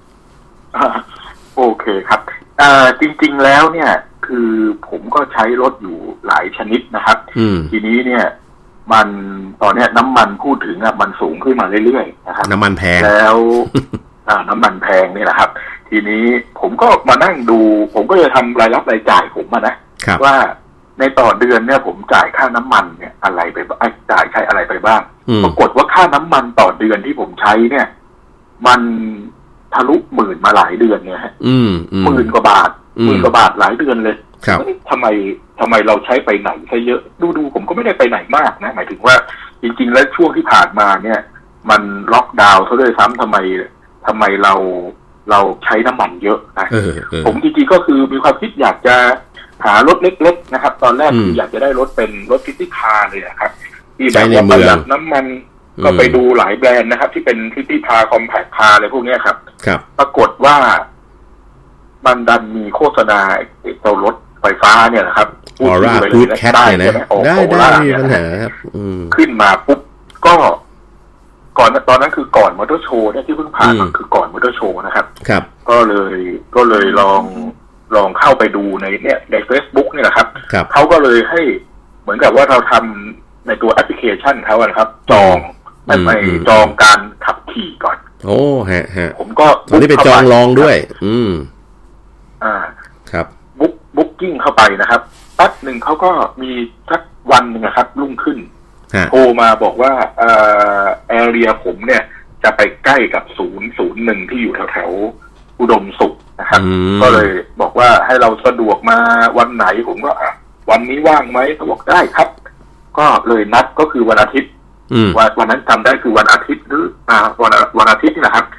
Speaker 2: โอเคครับจริงๆแล้วเนี่ยคือผมก็ใช้รถอยู่หลายชนิดนะครับทีนี้เนี่ยมันตอนนี้น้ำมันพูดถึงอ่ะมันสูงขึ้นมาเรื่อยๆนะครับ
Speaker 1: น้ำมันแพง
Speaker 2: แล้วน้ำมันแพงนี่แหละครับทีนี้ผมก็มานั่งดูผมก็จะทำรายรับรายจ่ายผมมานะว่าในต่อเดือนเนี่ยผมจ่ายค่าน้ำมันเนี่ยอะไรไปจ่ายใช้อะไรไปบ้างปรากฏว่าค่าน้ำมันต่อเดือนที่ผมใช้เนี่ยมันทะลุหมื่นมาหลายเดือนเนี่ยฮะหมื่นกว่าบาทหมื่นกว่าบาทหลายเดือนเลยทำไมทำไมเราใช้ไปไหนใช้เยอะดูดูผมก็ไม่ได้ไปไหนมากนะหมายถึงว่าจริงๆแล้วช่วงที่ผ่านมาเนี่ยมันล็อกดาวน์ซะด้วยซ้ำทำไมทำไมเราเราใช้น้ำมันเยอะนะผมจริงๆก็คือมีความคิดอยากจะหารถเล็กๆนะครับตอนแรกคืออยากจะได้รถเป็นรถซิตี้คาร์เลยครับที่แบบว่าประหยัดน้ำมันก็ไปดูหลายแบรนด์นะครับที่เป็นซิตี้คาร์คอมแพคคาร์อะไรพวกนี้ครับปรากฏว่ามันดันมีโฆษณาตัวรถไฟฟ้าเนี่ยนะครับ
Speaker 1: ออร่ากู๊ดแคทเลยนะได้ได้มีปัญหาครับ
Speaker 2: ขึ้นมาปุ๊บก็ก่อนตอนนั้นคือก่อนมอเตอร์โชว์เนี่ยที่เพิ่งผ่านมาคือก่อนมอเตอร์โชว์นะครับ
Speaker 1: ครับ
Speaker 2: ก็เลยก็เลยลองลองเข้าไปดูในเนี่ยใน Facebook นี่แหละครับเขาก็เลยให้เหมือนกับว่าเราทำในตัวแอปพลิเคชันเขาอะครับจองไปจองการขับขี่ก่อน
Speaker 1: โอ้ฮะฮะ
Speaker 2: ผมก็
Speaker 1: ตอนนี้ไปจองลองด้วยอืม
Speaker 2: อ่า
Speaker 1: ครับ
Speaker 2: บุ๊กบุ๊กกิ้งเข้าไปนะครับแป๊บหนึ่งเขาก็มีสักวันหนึ่งนะครับรุ่งขึ้นโทรมาบอกว่าเอ่อแอเรียผมเนี่ยจะไปใกล้กับศูนย์ศูนย์หนึ่งที่อยู่แถวแถวอุดมสุขนะครับก็เลยบอกว่าให้เราสะดวกมาวันไหนผมก็อ่ะวันนี้ว่างไหมเขาบอกได้ครับก็เลยนัดก็คือวันอาทิตย์วันวันนั้นจำได้คือวันอาทิตย์หรืออ่าวันวันอาทิตย์นี่แหละครับก็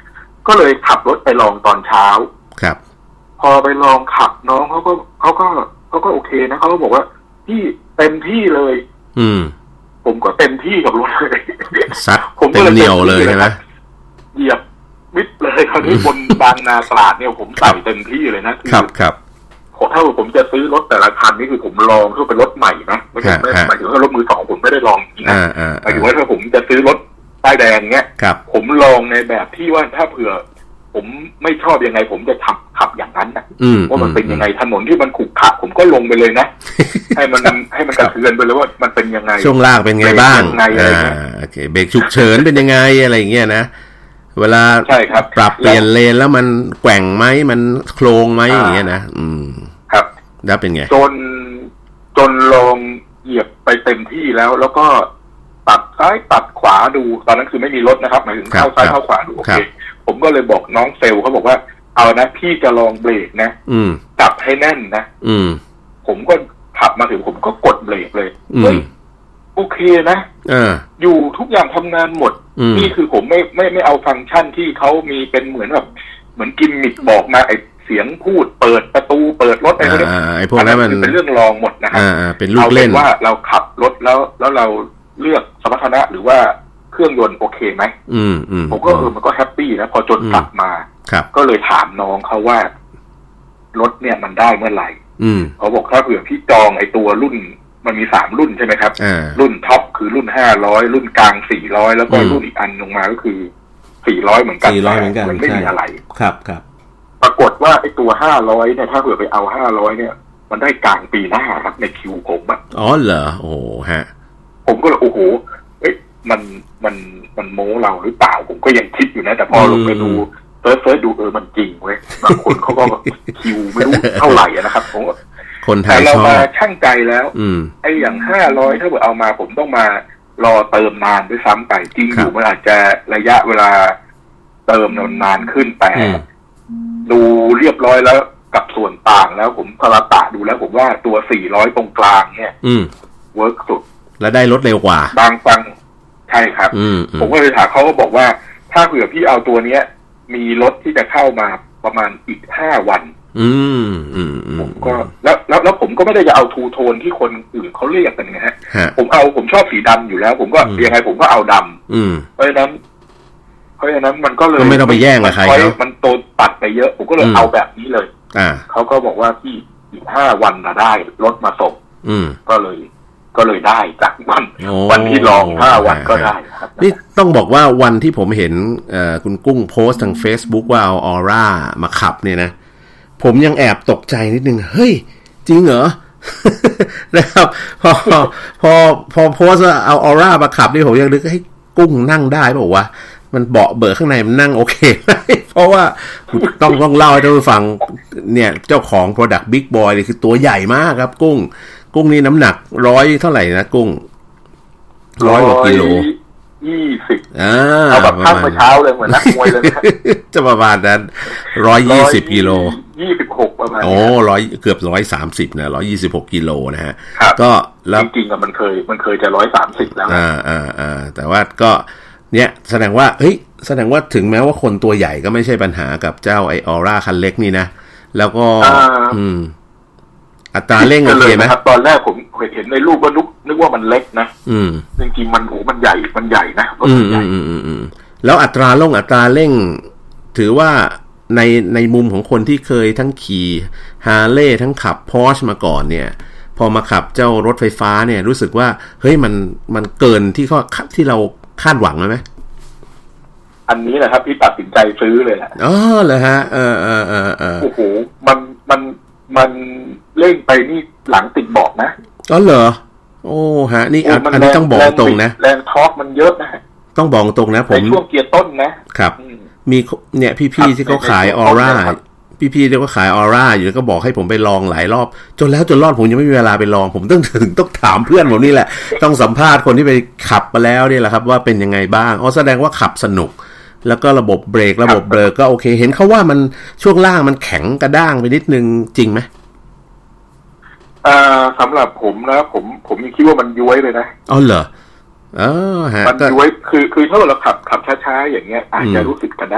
Speaker 2: ก็เลยขับรถไปลองตอนเช้า
Speaker 1: ครับ
Speaker 2: พอไปลองขับน้องเขาก็เขาก็เขาก็โอเคนะเขาก็บอกว่าพี่เต็มที่เลย
Speaker 1: อืม
Speaker 2: ผมก็เต็มที่กับรถเลย
Speaker 1: ซัดเต็มเหนียวเลยใช่ไหม
Speaker 2: เหยียบมิดเลยคราวนี้บนบางนาตราดเนี่ยผมใส่เต็มที่เลยนะครับ
Speaker 1: ครับ
Speaker 2: ถ้าผมจะซื้อรถแต่ละคันนี่คือผมลองเพื่อเป็นรถใหม่นะไม่ใช่ไม่หมายถึงว่ารถมือสองผมไม่ได้ลองจริงนะหมายถึงว่าถ้าผมจะซื้อรถป้ายแดงเนี้ยผมลองในแบบที่ว่าถ้าเผื่อผมไม่ชอบยังไงผมจะขับขับอย่างนั้นนะว่ามันเป็นยังไงถนนที่มันขรุขระผมก็ลงไปเลยนะให้มันให้มันกระเทือนไปเลยว่ามันเป็นยังไง
Speaker 1: ช่วงล่างเป็นไงบ้างโอเคเบรกฉุกเฉินเป็นยังไงอะไรอย่างเงี้ยนะเวลาปรับเปลี่ยนเลนแล้วมันแกว่งไหมมันโครงไหมอย่างเงี้ยนะอืม
Speaker 2: ครับ
Speaker 1: แล้วเป็นไง
Speaker 2: จนจนลองเหยียบไปเต็มที่แล้วแล้วก็ตัดซ้ายตัดขวาดูตอนนั้นคือไม่มีรถนะครับหมายถึงเข้าซ้ายเข้าขวาดูโอเคผมก็เลยบอกน้องเซลเขาบอกว่าเอานะพี่จะลองเบรกนะจับให้แน่นนะผมก็ขับมาถึงผมก็กดเบรกเลยเฮ้ยโอเคนะอยู่ทุกอย่างทำงานหมดนี่คือผมไม่ไม่ไม่เอาฟังก์ชันที่เขามีเป็นเหมือนแบบเหมือนกิมมิคบอกมาไอเสียงพูดเปิดประตูเปิดรถอะไรพวกนี้
Speaker 1: ไอพวกนั้นมัน
Speaker 2: เป็นเรื่องรองหมดนะครับ
Speaker 1: เป็นลูกเล่น
Speaker 2: ว่าเราขับรถแล้วแล้วเราเลือกสมรรถนะหรือว่าเครื่องยนต์โอเคไหมผมก็เออมันก็แฮปปี้นะพอจนกลับมาก็เลยถามน้องเขาว่ารถเนี่ยมันได้เมื่อไหร่เขาบอกถ้าเผื่อพี่จองไอตัวรุ่นมันมีสามรุ่นใช่ไหมครับรุ่นท็อปคือรุ่นห้าร้อยรุ่นกลางสี่ร้อยแล้วก็รุ่นอีกอันลงมาก็คือสี่ร้อยเหมือนกัน
Speaker 1: สี่ร้อยเหมือนกัน
Speaker 2: มันไม่มีอะไร
Speaker 1: ครับครับ
Speaker 2: ปรากฏว่าไอตัวห้าร้อยเนี่ยถ้าเผื่อไปเอาห้าร้อยเนี่ยมันได้กลางปีหน้าครับในคิวผมอ่ะ
Speaker 1: อ๋อเหรอโอ้ฮะ
Speaker 2: ผมก็เลยโอ้โหเอ๊ะมันมันมันโม้เราหรือเปล่าผมก็ยังคิดอยู่นะแต่พอลงไปดูเฟิร์สเฟิร์สดูเออมันจริงเว้ยบางคนเขาก็คิวไม่รู้เท่าไหร่นะครับผม
Speaker 1: คนไทย
Speaker 2: ชอบแต่เรามาช่างใจแล้วไอ้อย่างห้าร้อยถ้าเผื่อเอามาผมต้องมารอเติมนานด้วยซ้ำไปจริงอยู่มันอาจจะระยะเวลาเติมนานขึ้นแต่ดูเรียบร้อยแล้วกับส่วนต่างแล้วผมพลาตะดูแล้วผมว่าตัวสี่ร้อยตรงกลางเนี่ยเวิร์กสุด
Speaker 1: แล้วได้รถเร็วกว่า
Speaker 2: บางฟังใช่ครับผมก็เลยถามเขาก็บอกว่าถ้าเผื่อพี่เอาตัวเนี้ยมีรถที่จะเข้ามาประมาณอีกห้าวัน
Speaker 1: อืมอืม
Speaker 2: ผมก็แล้วแล้วแล้วผมก็ไม่ได้จะเอาทูโทนที่คนอื่นเขาเรียกกันไงฮะผมเอาผมชอบสีดำอยู่แล้วผมก็ยังไงผมก็เอาดำเพราะฉะนั้นเพราะฉะนั้นมันก็เลย
Speaker 1: ไม่ต้องไปแย่งกับใครเขา
Speaker 2: มันโตตัดไปเยอะผมก็เลยเอาแบบนี้เลย
Speaker 1: อ่า
Speaker 2: เขาก็บอกว่าที่อีกห้าวันมาได้รถมาส่งก็เลยก็เลยได้จากวันวันที่ลองห้าวันก็ได้ครับ
Speaker 1: นี่ต้องบอกว่าวันที่ผมเห็นคุณกุ้งโพสต์ทาง Facebook ว่าเอาออร่ามาขับเนี่ยนะผมยังแอบตกใจนิดนึงเฮ้ยจริงเหรอ นะครับพอพอพอโพสต์เอาออร่ามาขับนี่ผมยังนึกให้กุ้งนั่งได้บอกว่ามันเบาะเบอร์ข้างในมันนั่งโอเคไหมเพราะว่าต้องต้องเล่าให้ท่านผู้ฟังเนี่ยเจ้าของ Product Big Boy นี่คือตัวใหญ่มากครับกุ้งกุ้งนี่น้ำหนักร้อยเท่าไหร่นะกุ้งร้อยกว่ากิโล
Speaker 2: ยี่สิบ
Speaker 1: อ่า
Speaker 2: เอาแบบข้างเมื่อเช้าเลยเหมือนนักมวยเลยนะ
Speaker 1: จะประมาณนั้นร้อยยี่สิบกิโล
Speaker 2: ยี่สิบหกประมาณ
Speaker 1: โอ้ร้อยเกือบร้อยสามสิบนะร้อยยี่สิบหกกิโลนะฮะก็
Speaker 2: แล้วจริงๆอะมันเคยมันเคยจะร้อยสามสิบแล้ว
Speaker 1: อ่าอ่าอ่าแต่ว่าก็เนี่ยแสดงว่าเฮ้ยแสดงว่าถึงแม้ว่าคนตัวใหญ่ก็ไม่ใช่ปัญหากับเจ้าไอออร่าคันเล็กนี่นะแล้วก็อืมอัตราเร่งโอเคไหม
Speaker 2: ครับตอนแรกผมเห็นในรูปก็นึกนึกว่ามันเล็กนะอืมจริงๆมันโอ้มันใหญ่มันใหญ่นะ
Speaker 1: อืมอืมอืมอืมแล้วอัตราลงอัตราเร่งถือว่าในในมุมของคนที่เคยทั้งขี่ฮาร์เลย์ทั้งขับพอร์ชมาก่อนเนี่ยพอมาขับเจ้ารถไฟฟ้าเนี่ยรู้สึกว่าเฮ้ยมันมันเกินที่เขาที่เราคาดหวังไหม
Speaker 2: อันนี้แหละครับที่ตัดสินใจซื้อเลยแหละ
Speaker 1: อ๋อเหรอฮะเออเออเออเออ
Speaker 2: โอ้โหมันมันมันเร่งไปนี่หลังติดเบาะนะ
Speaker 1: อ๋อเหรอโอ้ฮะนี่อันนี้ต้องบอกตรงนะ
Speaker 2: แรงทอร์กมันเยอะนะ
Speaker 1: ต้องบอกตรงนะผม
Speaker 2: ในช่วงเกียร์ต้น
Speaker 1: นะครับมีเนี่ยพี่ๆที่เขาขายออร่าพี่ๆที่เขาขายออร่าอยู่ก็บอกให้ผมไปลองหลายรอบจนแล้วจนรอดผมยังไม่มีเวลาไปลองผมต้องถึงต้องถามเพื่อนผมนี่แหละต้องสัมภาษณ์คนที่ไปขับมาแล้วนี่แหละครับว่าเป็นยังไงบ้างอ๋อแสดงว่าขับสนุกแล้วก็ระบบเบรกระบบเบรกก็โอเคเห็นเขาว่ามันช่วงล่างมันแข็งกระด้างไปนิดนึงจริงไหม
Speaker 2: อ่าสำหรับผมนะผมผมยังคิดว่ามันย้วยเลยนะ
Speaker 1: อ๋อเหรออ๋อฮะ
Speaker 2: มันย้วยคือคือถ้าเราขับขับช้าๆอย่างเงี้ยอาจจะรู้สึกกระด้างครับ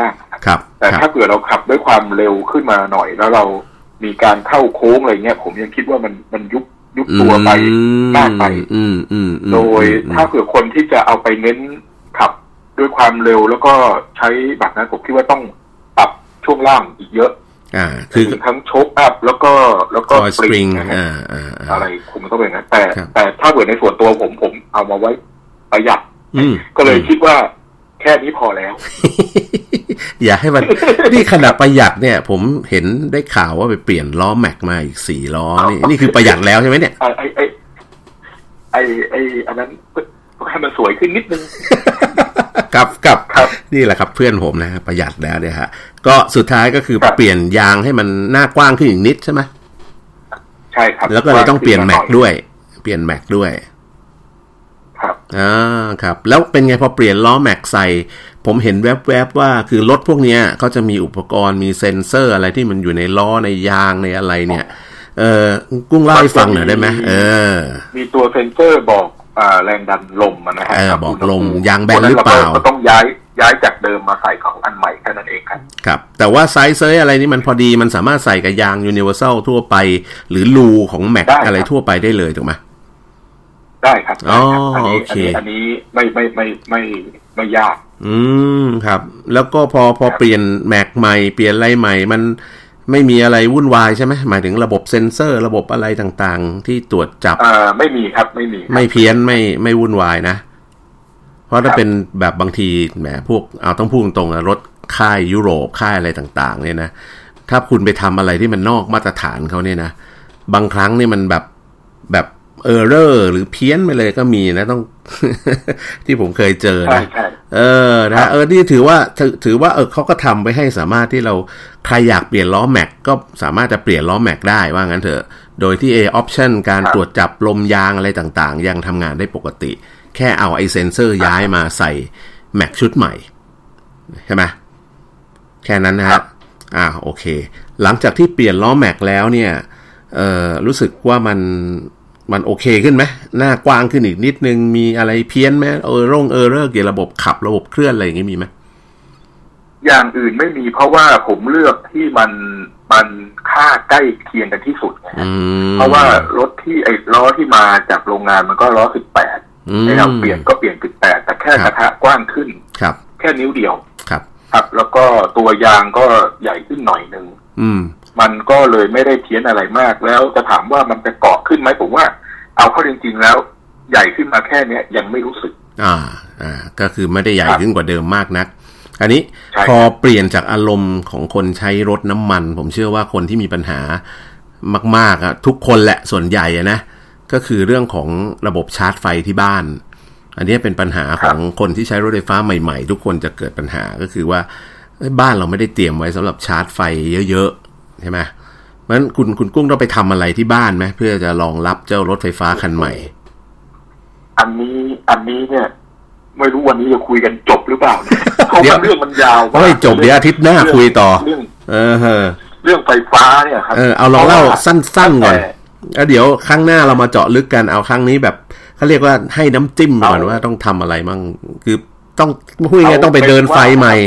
Speaker 2: แต่ถ้าเกิดเราขับด้วยความเร็วขึ้นมาหน่อยแล้วเรามีการเข้าโค้งอะไรเงี้ยผมยังคิดว่ามันมันยุบยุบตัวไปมากไปโดยถ้าเผื่อคนที่จะเอาไปเน้นขับด้วยความเร็วแล้วก็ใช้แบบนั้นผมคิดว่าต้องปรับช่วงล่างอีกเยอะ
Speaker 1: อ่าคือ
Speaker 2: ทั้งโชคอัพแล้วก็แล้วก็
Speaker 1: สปริง
Speaker 2: อ่าอ่าอะไรคงต้องเป็นอย่างนั้นแต่แต่ถ้าเกิดในส่วนตัวผมผมเอามาไว้ประหยัดก็เลยคิดว่าแค่นี้พอแล้ว
Speaker 1: อย่าให้มันนี่ขนาดประหยัดเนี่ยผมเห็นได้ข่าวว่าไปเปลี่ยนล้อแม็กมาอีกสี่ล้อนี่นี่คือประหยัดแล้วใช่ไหมเนี่ย
Speaker 2: ไอไอไอไออันนั้นให้มันสวยขึ้นนิดนึง
Speaker 1: ครับครับนี่แหละครับเพื่อนผมนะประหยัดแล้วเนี่ยฮะก็สุดท้ายก็คือเปลี่ยนยางให้มันหน้ากว้างขึ้นอีกนิดใช่ไหม
Speaker 2: ใช่ครับ
Speaker 1: แล้วก็เลยต้องเปลี่ยนแม็กด้วยเปลี่ยนแม็กด้วย
Speaker 2: ครับ
Speaker 1: อ่าครับแล้วเป็นไงพอเปลี่ยนล้อแม็กใส่ผมเห็นแวบๆว่าคือรถพวกเนี้ยเขาจะมีอุปกรณ์มีเซ็นเซอร์อะไรที่มันอยู่ในล้อในยางในอะไรเนี่ยเออกุ้งเล่าให้ฟังหน่อยได้ไหมเออ
Speaker 2: มีตัวเซ็นเซอร์บอกอ่าแรงดันลมนะฮะ
Speaker 1: บอกลมยางแบนหรือเปล่า
Speaker 2: ก็ต้องย้ายย้ายจากเดิมมาใส่ของอันใหม่แค่นั้นเองครับ
Speaker 1: ครับแต่ว่าไซส์เซยอะไรนี่มันพอดีมันสามารถใส่กับยางยูนิเวอร์แซลทั่วไปหรือรูของแม็กอะไรทั่วไปได้เลยถูกไหม
Speaker 2: ได้ครับ
Speaker 1: อ๋อโอเค
Speaker 2: อันนี้ไม่ไม่ไม่ไม่ไม่ยาก
Speaker 1: อืมครับแล้วก็พอพอเปลี่ยนแม็กใหม่เปลี่ยนอะไรใหม่มันไม่มีอะไรวุ่นวายใช่ไหมหมายถึงระบบเซ็นเซอร์ระบบอะไรต่างๆที่ตรวจจับ
Speaker 2: อ่าไม่มีครับไม่มี
Speaker 1: ไม่เพี้ยนไม่ไม่วุ่นวายนะเพราะถ้าเป็นแบบบางทีแหมพวกเอาต้องพูดตรงๆรถค่ายยุโรปค่ายอะไรต่างๆเนี่ยนะถ้าคุณไปทำอะไรที่มันนอกมาตรฐานเขาเนี่ยนะบางครั้งนี่มันแบบแบบเออร์เรอร์หรือเพี้ยนไปเลยก็มีนะต้อง ที่ผมเคยเจอนะเออนะเออนี่ถือว่าถือว่าเออเขาก็ทำไปให้สามารถที่เราใครอยากเปลี่ยนล้อแม็กก็สามารถจะเปลี่ยนล้อแม็กได้ว่างั้นเถอะโดยที่เอออปชั่นการตรวจจับลมยางอะไรต่างๆยังทำงานได้ปกติแค่เอาไอเซนเซอร์ย้ายมาใส่แม็กชุดใหม่ใช่ไหมแค่นั้นนะฮะอ่าโอเคหลังจากที่เปลี่ยนล้อแม็กแล้วเนี่ยเอ่อรู้สึกว่ามันมันโอเคขึ้นไหมหน้ากว้างขึ้นอีกนิดนึงมีอะไรเพี้ยนไหมเออร่งเออเรอเกี่ยวกับระบบขับระบบเคลื่อนอะไรอย่างงี้มีไหม
Speaker 2: อย่างอื่นไม่มีเพราะว่าผมเลือกที่มันมันค่าใกล้เคียงกันที่สุดไงเพราะว่ารถที่ไอ้ล้อที่มาจากโรงงานมันก็ล้อสิบแปดให้เราเปลี่ยนก็เปลี่ยนสิบแปดแต่แค่กระทะกว้างขึ้นแค่นิ้วเดียว
Speaker 1: ครับ
Speaker 2: ครับแล้วก็ตัวยางก็ใหญ่ขึ้นหน่อยนึงมันก็เลยไม่ได้เพี้ยนอะไรมากแล้วจะถามว่ามันจะเกาะขึ้นไหมผมว่าเอาเข้าจริงๆแล้วใหญ่ขึ้นมาแค่เนี้ยยังไม่รู้สึก
Speaker 1: อ่าอ่าก็คือไม่ได้ใหญ่ขึ้นกว่าเดิมมากนักอันนี้พอเปลี่ยนจากอารมณ์ของคนใช้รถน้ำมันผมเชื่อว่าคนที่มีปัญหามากๆอ่ะทุกคนแหละส่วนใหญ่นะก็คือเรื่องของระบบชาร์จไฟที่บ้านอันนี้เป็นปัญหาของคนที่ใช้รถไฟฟ้าใหม่ๆทุกคนจะเกิดปัญหาก็คือว่าบ้านเราไม่ได้เตรียมไว้สำหรับชาร์จไฟเยอะๆใช่ไหมเพราะฉะนั้นคุณคุณกุ้งต้องไปทำอะไรที่บ้านไหมเพื่อจะรองรับเจ้ารถไฟฟ้าคันใหม่
Speaker 2: อันนี้อันนี้เนี่ยไม่รู้วันนี้จะคุยกันจบหรือเปล่าเพราะว่าเรื่องมันยาว
Speaker 1: ไม่จบเดี๋ยวอาทิตย์หน้าคุยต่อ
Speaker 2: เรื่อง
Speaker 1: เออ
Speaker 2: เรื่องไฟฟ้าเนี่ยครับ
Speaker 1: เออเอาลองเล่าสั้นๆก่อนแล้วเดี๋ยวครั้งหน้าเรามาเจาะลึกกันเอาครั้งนี้แบบเขาเรียกว่าให้น้ำจิ้มก่อนว่าต้องทำอะไรมั่งคือต้องพูดง่ายๆต้องไปเดินไฟใหม่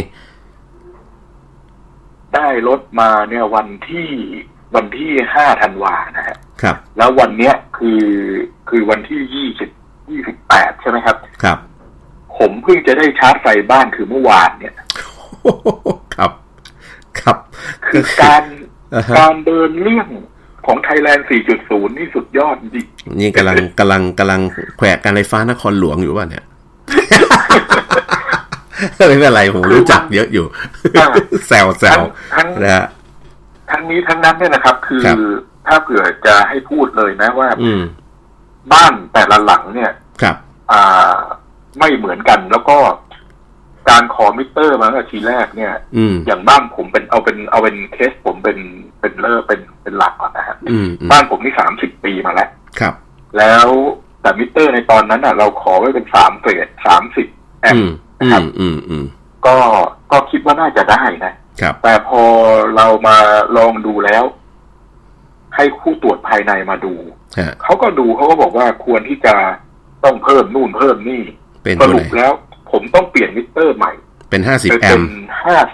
Speaker 2: ได้รถมาเนี่ยวันที่วันที่ห้าธันวานะฮะ
Speaker 1: ครับ
Speaker 2: แล้ววันเนี้ยคือคือวันที่ยี่สิบยี่สิบแปดใช่ไหมครับ
Speaker 1: ครับ
Speaker 2: ผมเพิ่งจะได้ชาร์จไฟบ้านคือเมื่อวานเนี่ย
Speaker 1: ครับครับ
Speaker 2: คือการการเดินเรื่องของ Thailand สี่จุดศูนย์ นี่สุดยอดจริง
Speaker 1: นี่กำลังกำลังกำลังแขวะการไฟฟ้านครหลวงอยู่ป่ะเนี่ยไม่เป็นไรผมรู้จักเยอะอยู่แซวแซวนะฮะ
Speaker 2: ทั้งนี้ทั้งนั้นเนี่ยนะครับคือถ้าเผื่อจะให้พูดเลยนะว่าบ้านแต่ละหลังเนี่ยอ่าไม่เหมือนกันแล้วก็การขอมิเตอร์มาตั้งแต่ทีแรกเนี่ยอย่างบ้านผมเป็นเอาเป็นเอาเป็นเคสผมเป็นเป็นเลิกเป็นเป็นหลักก่อนนะฮะบ้านผมนี่สามสิบปีมาแล้ว
Speaker 1: ครับ
Speaker 2: แล้วแต่มิเตอร์ในตอนนั้นอ่ะเราขอไว้เป็นสามเกรดสามสิบแอมป์นะครับก็ก็คิดว่าน่าจะได้นะแต่พอเรามาลองดูแล้วให้ผู้ตรวจภายในมาดูเขาก็ดูเขาก็บอกว่าควรที่จะต้องเพิ่มนู่นเพิ่มนี่สรุปแล้วผมต้องเปลี่ยนมิเตอร์ใหม่
Speaker 1: เป็นห้าสิบแอมป์
Speaker 2: เป็นห้าสิบ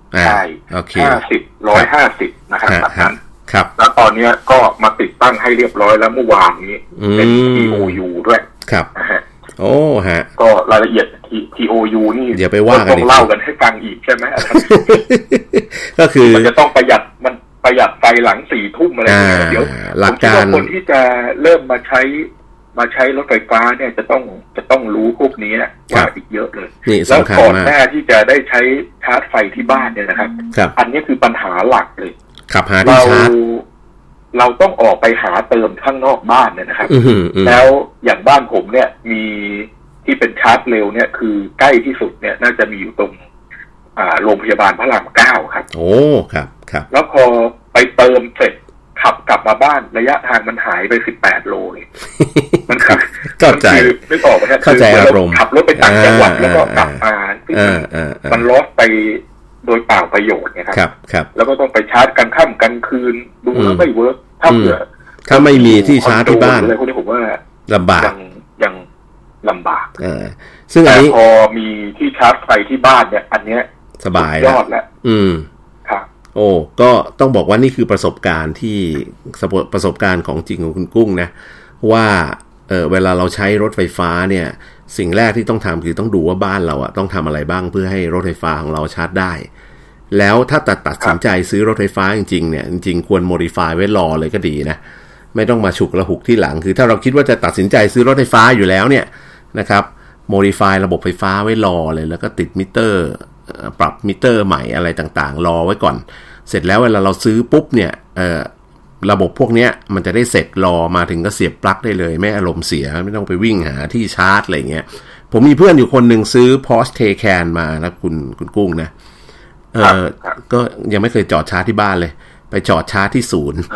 Speaker 2: ใช่ห้าสิบร้อยห้าสิบนะครับแบบนั้นแล้วตอนนี้ก็มาติดตั้งให้เรียบร้อยแล้วเมื่อวานนี้เป็น ที โอ ยู ด้วย
Speaker 1: ครับ
Speaker 2: นะฮะ
Speaker 1: โอ้ฮะ
Speaker 2: ก็รายละเอียด ที โอ ยู นี่
Speaker 1: เดี๋ยวไปว่ากัน
Speaker 2: ต้องเล่ากันให้ฟังอีกใช่ไหม
Speaker 1: ก็คือ
Speaker 2: มันจะต้องประหยัดมันประหยัดไฟหลังสี่ทุ่มอะไรอย่างเงี้ยเดี๋ยว
Speaker 1: หลักการ
Speaker 2: คนที่จะเริ่มมาใช้มาใช้รถไฟฟ้าเนี่ยจะต้องจะต้องรู้พวกนี้ว่าอีกเยอะเลยแล้วก่อนหน้าที่จะได้ใช้ชาร์จไฟที่บ้านเนี่ยนะครับอันนี้คือปัญหาหลักเลย
Speaker 1: ขับหาที่ชาร์จ
Speaker 2: เราต้องออกไปหาเติมข้างนอกบ้านเนี่ยนะครับแล้วอย่างบ้านผมเนี่ยมีที่เป็นชาร์จเร็วเนี่ยคือใกล้ที่สุดเนี่ยน่าจะมีอยู่ตรงอ่าโรงพยาบาลพระรามเก้าครับ
Speaker 1: โอ้ครับครับ
Speaker 2: แล้วพอไปเติมเสร็จขับกลับมาบ้านระยะทางมันหายไปสิบแปดโลเลยมันคือ
Speaker 1: เข้าใจ
Speaker 2: นึกออกไหมครับ
Speaker 1: เข้าใจอารมณ์
Speaker 2: ขับรถไปต่างจังหวัดแล้วก็กลับมามันลอสไปโดยเปล่าประโยชน์นะครับ
Speaker 1: ครับครับ
Speaker 2: แล้วก็ต้องไปชาร์จกลางค่ำกลางคืนดูแล้วไม่เวิร์กถ้าเผื่อ
Speaker 1: ถ้าไม่มีที่ชาร์จที่บ้าน
Speaker 2: อะไรพวกนี้ผมว่า
Speaker 1: ลำบาก
Speaker 2: ยังยังลำบาก
Speaker 1: ซึ่งอันนี้
Speaker 2: พอมีที่ชาร์จไฟที่บ้านเนี่ยอันเนี้ย
Speaker 1: สบาย
Speaker 2: ยอดแล้ว
Speaker 1: อืม
Speaker 2: ครับ
Speaker 1: โอ้ก็ต้องบอกว่านี่คือประสบการณ์ที่ประสบการณ์ของจริงของคุณกุ้งนะว่าเออเวลาเราใช้รถไฟฟ้าเนี่ยสิ่งแรกที่ต้องทำคือต้องดูว่าบ้านเราอะต้องทำอะไรบ้างเพื่อให้รถไฟฟ้าของเราชาร์จได้แล้วถ้าตัดตัดสินใจซื้อรถไฟฟ้าจริงๆเนี่ยจริงๆควรโมดิฟายไว้รอเลยก็ดีนะไม่ต้องมาฉุกละหุกที่หลังคือถ้าเราคิดว่าจะตัดสินใจซื้อรถไฟฟ้าอยู่แล้วเนี่ยนะครับโมดิฟายระบบไฟฟ้าไว้รอเลยแล้วก็ติดมิเตอร์ปรับมิเตอร์ใหม่อะไรต่างๆรอไว้ก่อนเสร็จแล้วเวลาเราซื้อปุ๊บเนี่ยเอ่อระบบพวกนี้มันจะได้เสร็จรอมาถึงก็เสียบปลั๊กได้เลยไม่อารมณ์เสียไม่ต้องไปวิ่งหาที่ชาร์จอะไรเงี้ยผมมีเพื่อนอยู่คนหนึ่งซื้อ Porsche Taycan มานะคุณคุณกุ้งนะเออก็ยังไม่เคยจอดชาร์จที่บ้านเลยไปจอดชาร์จที่ศูนย์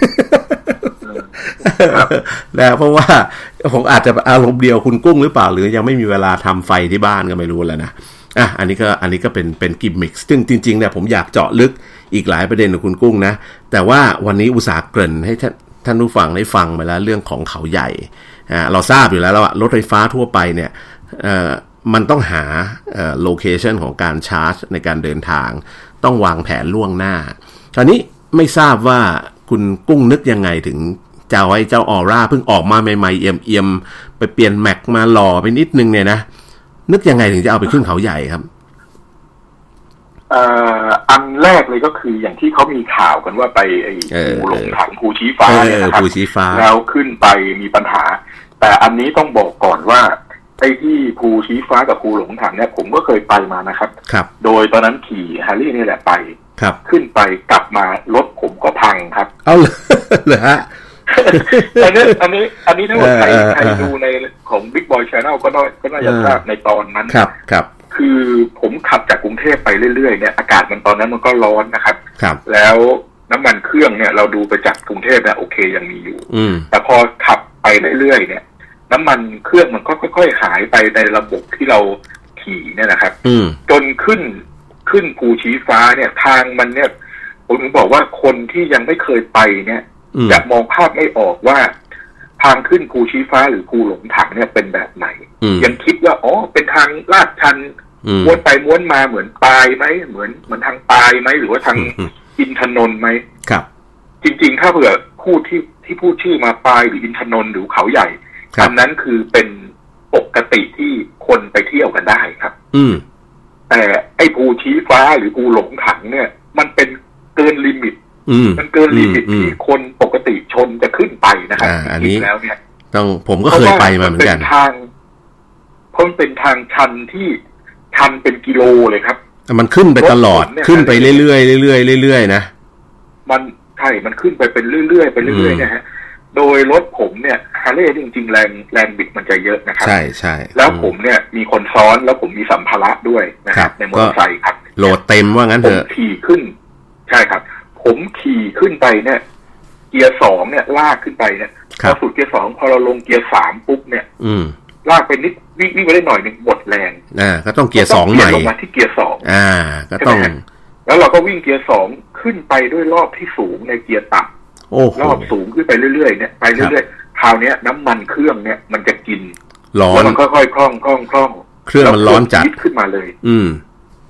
Speaker 1: แล้วเพราะว่าผมอาจจะอารมณ์เดียวคุณกุ้งหรือเปล่าหรือยังไม่มีเวลาทำไฟที่บ้านก็ไม่รู้แล้วนะอ่ะอันนี้ก็อันนี้ก็เป็นเป็นกิมมิคซึ่งจริงๆเนี่ยผมอยากเจาะลึกอีกหลายประเด็นของคุณกุ้งนะแต่ว่าวันนี้อุตส่าห์เกริ่นให้ท่านท่านผู้ฟังได้ฟังไปแล้วเรื่องของเขาใหญ่อ่าเราทราบอยู่แล้วว่ารถไฟฟ้าทั่วไปเนี่ยเอ่อมันต้องหาเอ่อโลเคชันของการชาร์จในการเดินทางต้องวางแผนล่วงหน้าคราวนี้ไม่ทราบว่าคุณกุ้งนึกยังไงถึงเจ้าไอ้เจ้าออร่าเพิ่งออกมาใหม่ๆเอี่ยมๆไปเปลี่ยนแม็กมาหล่อไปนิดนึงเนี่ยนะนึกยังไงถึงจะเอาไปขึ้นเขาใหญ่ครับ
Speaker 2: เอ่ออันแรกเลยก็คืออย่างที่เขามีข่าวกันว่าไปไอ้ภูหลงถังภูชี้ฟ้าเนี่ยนะครับแล้วขึ้นไปมีปัญหาแต่อันนี้ต้องบอกก่อนว่าไอ้ที่ภูชี้ฟ้ากับภูหลงถังเนี่ยผมก็เคยไปมานะครับ
Speaker 1: ครับ
Speaker 2: โดยตอนนั้นขี่ฮาร์ลีย์นี่แหละไป
Speaker 1: ครับ
Speaker 2: ขึ้นไปกลับมารถผมก็พังครับ
Speaker 1: เอาเหรอฮะ
Speaker 2: อันนี้อันนี้อันนี้ถ้าใครใครดูในของ Big Boy Channel ก็น่าก็น่าจะทราบในตอนนั้น
Speaker 1: ครับครับ
Speaker 2: คือผมขับจากกรุงเทพไปเรื่อยๆเนี่ยอากาศมันตอนนั้นมันก็ร้อนนะครับ
Speaker 1: ครับ
Speaker 2: แล้วน้ำมันเครื่องเนี่ยเราดูไปจากกรุงเทพเนี่ยโอเคยังมีอยู่แต่พอขับไปเรื่อยๆเนี่ยน้ำมันเครื่องมันก็ค่อยๆหายไปในระบบที่เราขี่เนี่ยนะครับจนขึ้นขึ้นภูชี้ฟ้าเนี่ยทางมันเนี่ยผมถึงบอกว่าคนที่ยังไม่เคยไปเนี่ยจะมองภาพไม่ออกว่าทางขึ้นภูชี้ฟ้าหรือภูหลงถังเนี่ยเป็นแบบไหนยังคิดว่าอ๋อเป็นทางลาดชันม้วนไปม้วนมาเหมือนปลายไหมเหมือนเหมือนทางปลายไหมหรือว่าทางอินทนนท์ไหม
Speaker 1: ครับ
Speaker 2: จริงๆถ้าเผื่อพูดที่ที่พูดชื่อมาปลายหรืออินทนนท์หรือเขาใหญ่อันนั้นคือเป็นปกติที่คนไปเที่ยวกันได้ครับ
Speaker 1: อืม
Speaker 2: แต่ไอ้ภูชี้ฟ้าหรือภูหลงถังเนี่ยมันเป็นเกินลิมิตมันเกินลิมิตที่คนปกติชนจะขึ้นไปนะครับ
Speaker 1: อันนี้
Speaker 2: แล้วเนี่ย
Speaker 1: ต้องผมก็เคยไปมาเหมือนกัน
Speaker 2: ทางเพราะมันเป็นทางชันที่ชันเป็นกิโลเลยครับ
Speaker 1: มันขึ้นไปตลอดขึ้นไปเรื่อยๆเรื่อยๆเรื่อยๆนะ
Speaker 2: มันใช่มันขึ้นไปเป็นเรื่อยๆไปเรื่อยๆนะฮะโดยรถผมเนี่ยฮาร์เลย์จริงๆแรงแรงบิดมันจะเยอะนะครับ
Speaker 1: ใช่ใช่
Speaker 2: แล้วผมเนี่ยมีคนซ้อนแล้วผมมีสัมภาระด้วยนะครับในมอเตอร์ไซค์ครับ
Speaker 1: โหลดเต็มว่างั้นเถอะ
Speaker 2: ผมขี่ขึ้นใช่ครับผมขี่ขึ้นไปเนี่ยเกียร์สองเนี่ยลากขึ้นไปเนี่ยพอสุดเกียร์สองพอเราลงเกียร์สามปุ๊บเนี่ยลากไปนิดวิ่งวิ่งไปได้หน่อยหนึ่งหมดแรง
Speaker 1: อ่าก็ต้องเกียร์สองใหม่
Speaker 2: ลงมาที่เกียร์สอง
Speaker 1: อ่าก็ต้อง
Speaker 2: แล้วเราก็วิ่งเกียร์สองขึ้นไปด้วยรอบที่สูงในเกียร์ต่ำรอบสูงขึ้นไปเรื่อยๆเนี่ยไปเรื่อยๆคราวนี้น้ำมันเครื่องเนี่ยมันจะกิน
Speaker 1: ร้อน
Speaker 2: มันค่อยๆคล่องคล่องคล่อง
Speaker 1: เครื่องมันร้อนจัด
Speaker 2: ขึ้นมาเลย
Speaker 1: อืม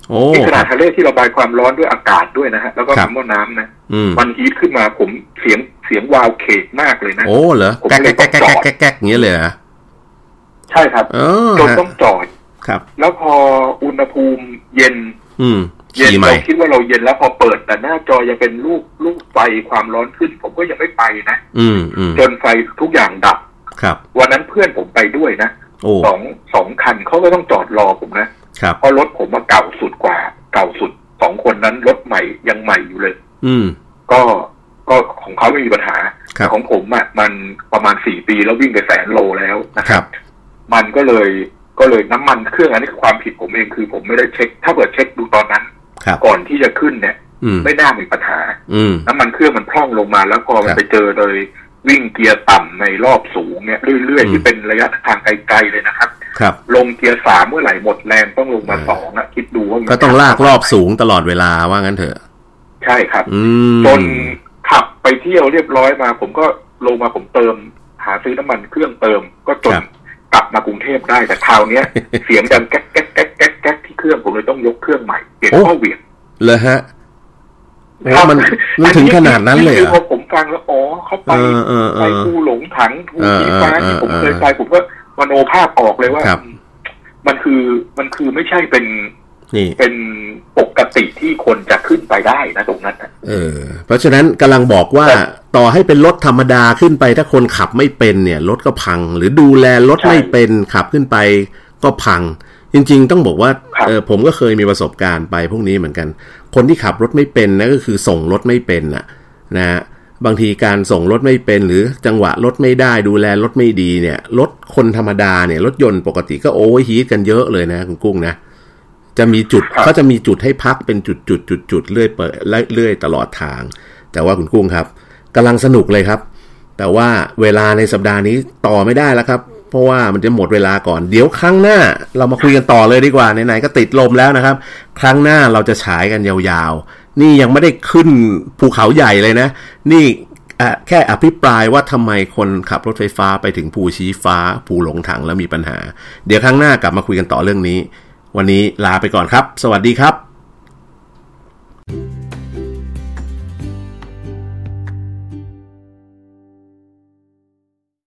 Speaker 2: ที่ขนาดทะเลที่ระบายความร้อนด้วยอากาศด้วยนะฮะแล้วก็น้ำว่าน้ำนะมันฮีทขึ้นมาผมเสียงเสียงวาวเคกมากเลยนะ
Speaker 1: โอ้เหรอแก๊กแก๊กแก๊กแก๊กแก๊กอย่างเงี้ยเลยเหรอ
Speaker 2: ใช่ครับจนต้องจอด
Speaker 1: ครับ
Speaker 2: แล้วพออุณหภูมิเย็น
Speaker 1: อืม
Speaker 2: เย็นเราคิดว่าเราเย็นแล้วพอเปิดแต่หน้าจอยังเป็นลูกลูกไฟความร้อนขึ้นผมก็ยังไม่ไปนะ
Speaker 1: อืมอืม
Speaker 2: จนไฟทุกอย่างดับ
Speaker 1: ครับ
Speaker 2: วันนั้นเพื่อนผมไปด้วยนะสองสองคันเขาก็ต้องจอดรอผมนะครับเพราะรถผมมาเก่าสุดกว่าเก่าสุดสองคนนั้นรถใหม่ยังใหม่อยู่เลย
Speaker 1: อืม
Speaker 2: ก็ก็ของเขาไม่มีปัญหาแต่ของผมอ่ะมันประมาณสี่ปีแล้ววิ่งไปแสนโลแล้วนะครับมันก็เลยก็เลยน้ำมันเครื่องอันนี้คือความผิดผมเองคือผมไม่ได้เช็คถ้าเกิดเช็คดูตอนนั้นก่อนที่จะขึ้นเนี่ยไม่น่ามีปัญหาน้ำมันเครื่องมันพร่องลงมาแล้วพอมันไปเจอโดยวิ่งเกียร์ต่ำในรอบสูงเนี่ยเรื่อยๆที่เป็นระยะทางไกลๆเลยนะครับลงเกียร์สามเมื่อไหร่หมดแรงต้องลงมาสองอ่ะคิดดูว่า
Speaker 1: ก็ต้องลากรอบสูงตลอดเวลาว่างั้นเถอะ
Speaker 2: ใช่ครับจนขับไปเที่ยวเรียบร้อยมาผมก็ลงมาผมเติมหาซื้อน้ำมันเครื่องเติมก็จนกลับมากรุงเทพได้แต่คราวนี้เสียงดังแก๊กแก๊กแก๊กแก๊กแก๊กที่เครื่องผมเลยต้องยกเครื่องใหม่เปลี่ยนข้อเหวี่ยง
Speaker 1: เลยฮะมันมันถึงขนาดนั้นเลย
Speaker 2: อ่ะพอผมฟังแล้วอ๋อเขาไปไปภูหลงถังภูชีฟ้าที่ผมเคยไปผมก็มโนภาพออกเลยว่ามันคือมันคือไม่ใช่เป็นเป็นปกติที่คนจะขึ้นไปได้นะตรงนั้น
Speaker 1: เออเพราะฉะนั้นกำลังบอกว่าต่อให้เป็นรถธรรมดาขึ้นไปถ้าคนขับไม่เป็นเนี่ยรถก็พังหรือดูแลรถไม่เป็นขับขึ้นไปก็พังจริงๆต้องบอกว่าเออผมก็เคยมีประสบการณ์ไปพวกนี้เหมือนกันคนที่ขับรถไม่เป็นนะก็คือส่งรถไม่เป็นน่ะนะฮะบางทีการส่งรถไม่เป็นหรือจังหวะรถไม่ได้ดูแลรถไม่ดีเนี่ยรถคนธรรมดาเนี่ยรถยนต์ปกติก็โอเวอร์ฮีทกันเยอะเลยนะคุณกุ้งนะจะมีจุดเขาจะมีจุดให้พักเป็นจุดจุดจุดจุดเรื่อยเปิดเรื่อยตลอดทางแต่ว่าคุณกุ้งครับกำลังสนุกเลยครับแต่ว่าเวลาในสัปดาห์นี้ต่อไม่ได้แล้วครับเพราะว่ามันจะหมดเวลาก่อนเดี๋ยวครั้งหน้าเรามาคุยกันต่อเลยดีกว่าไหนๆก็ติดลมแล้วนะครับครั้งหน้าเราจะฉายกันยาวๆนี่ยังไม่ได้ขึ้นภูเขาใหญ่เลยนะนี่แค่อภิปรายว่าทำไมคนขับรถไฟฟ้าไปถึงภูชี้ฟ้าภูหลงถังแล้วมีปัญหาเดี๋ยวครั้งหน้ากลับมาคุยกันต่อเรื่องนี้วันนี้ลาไปก่อนครับสวัสดีครับ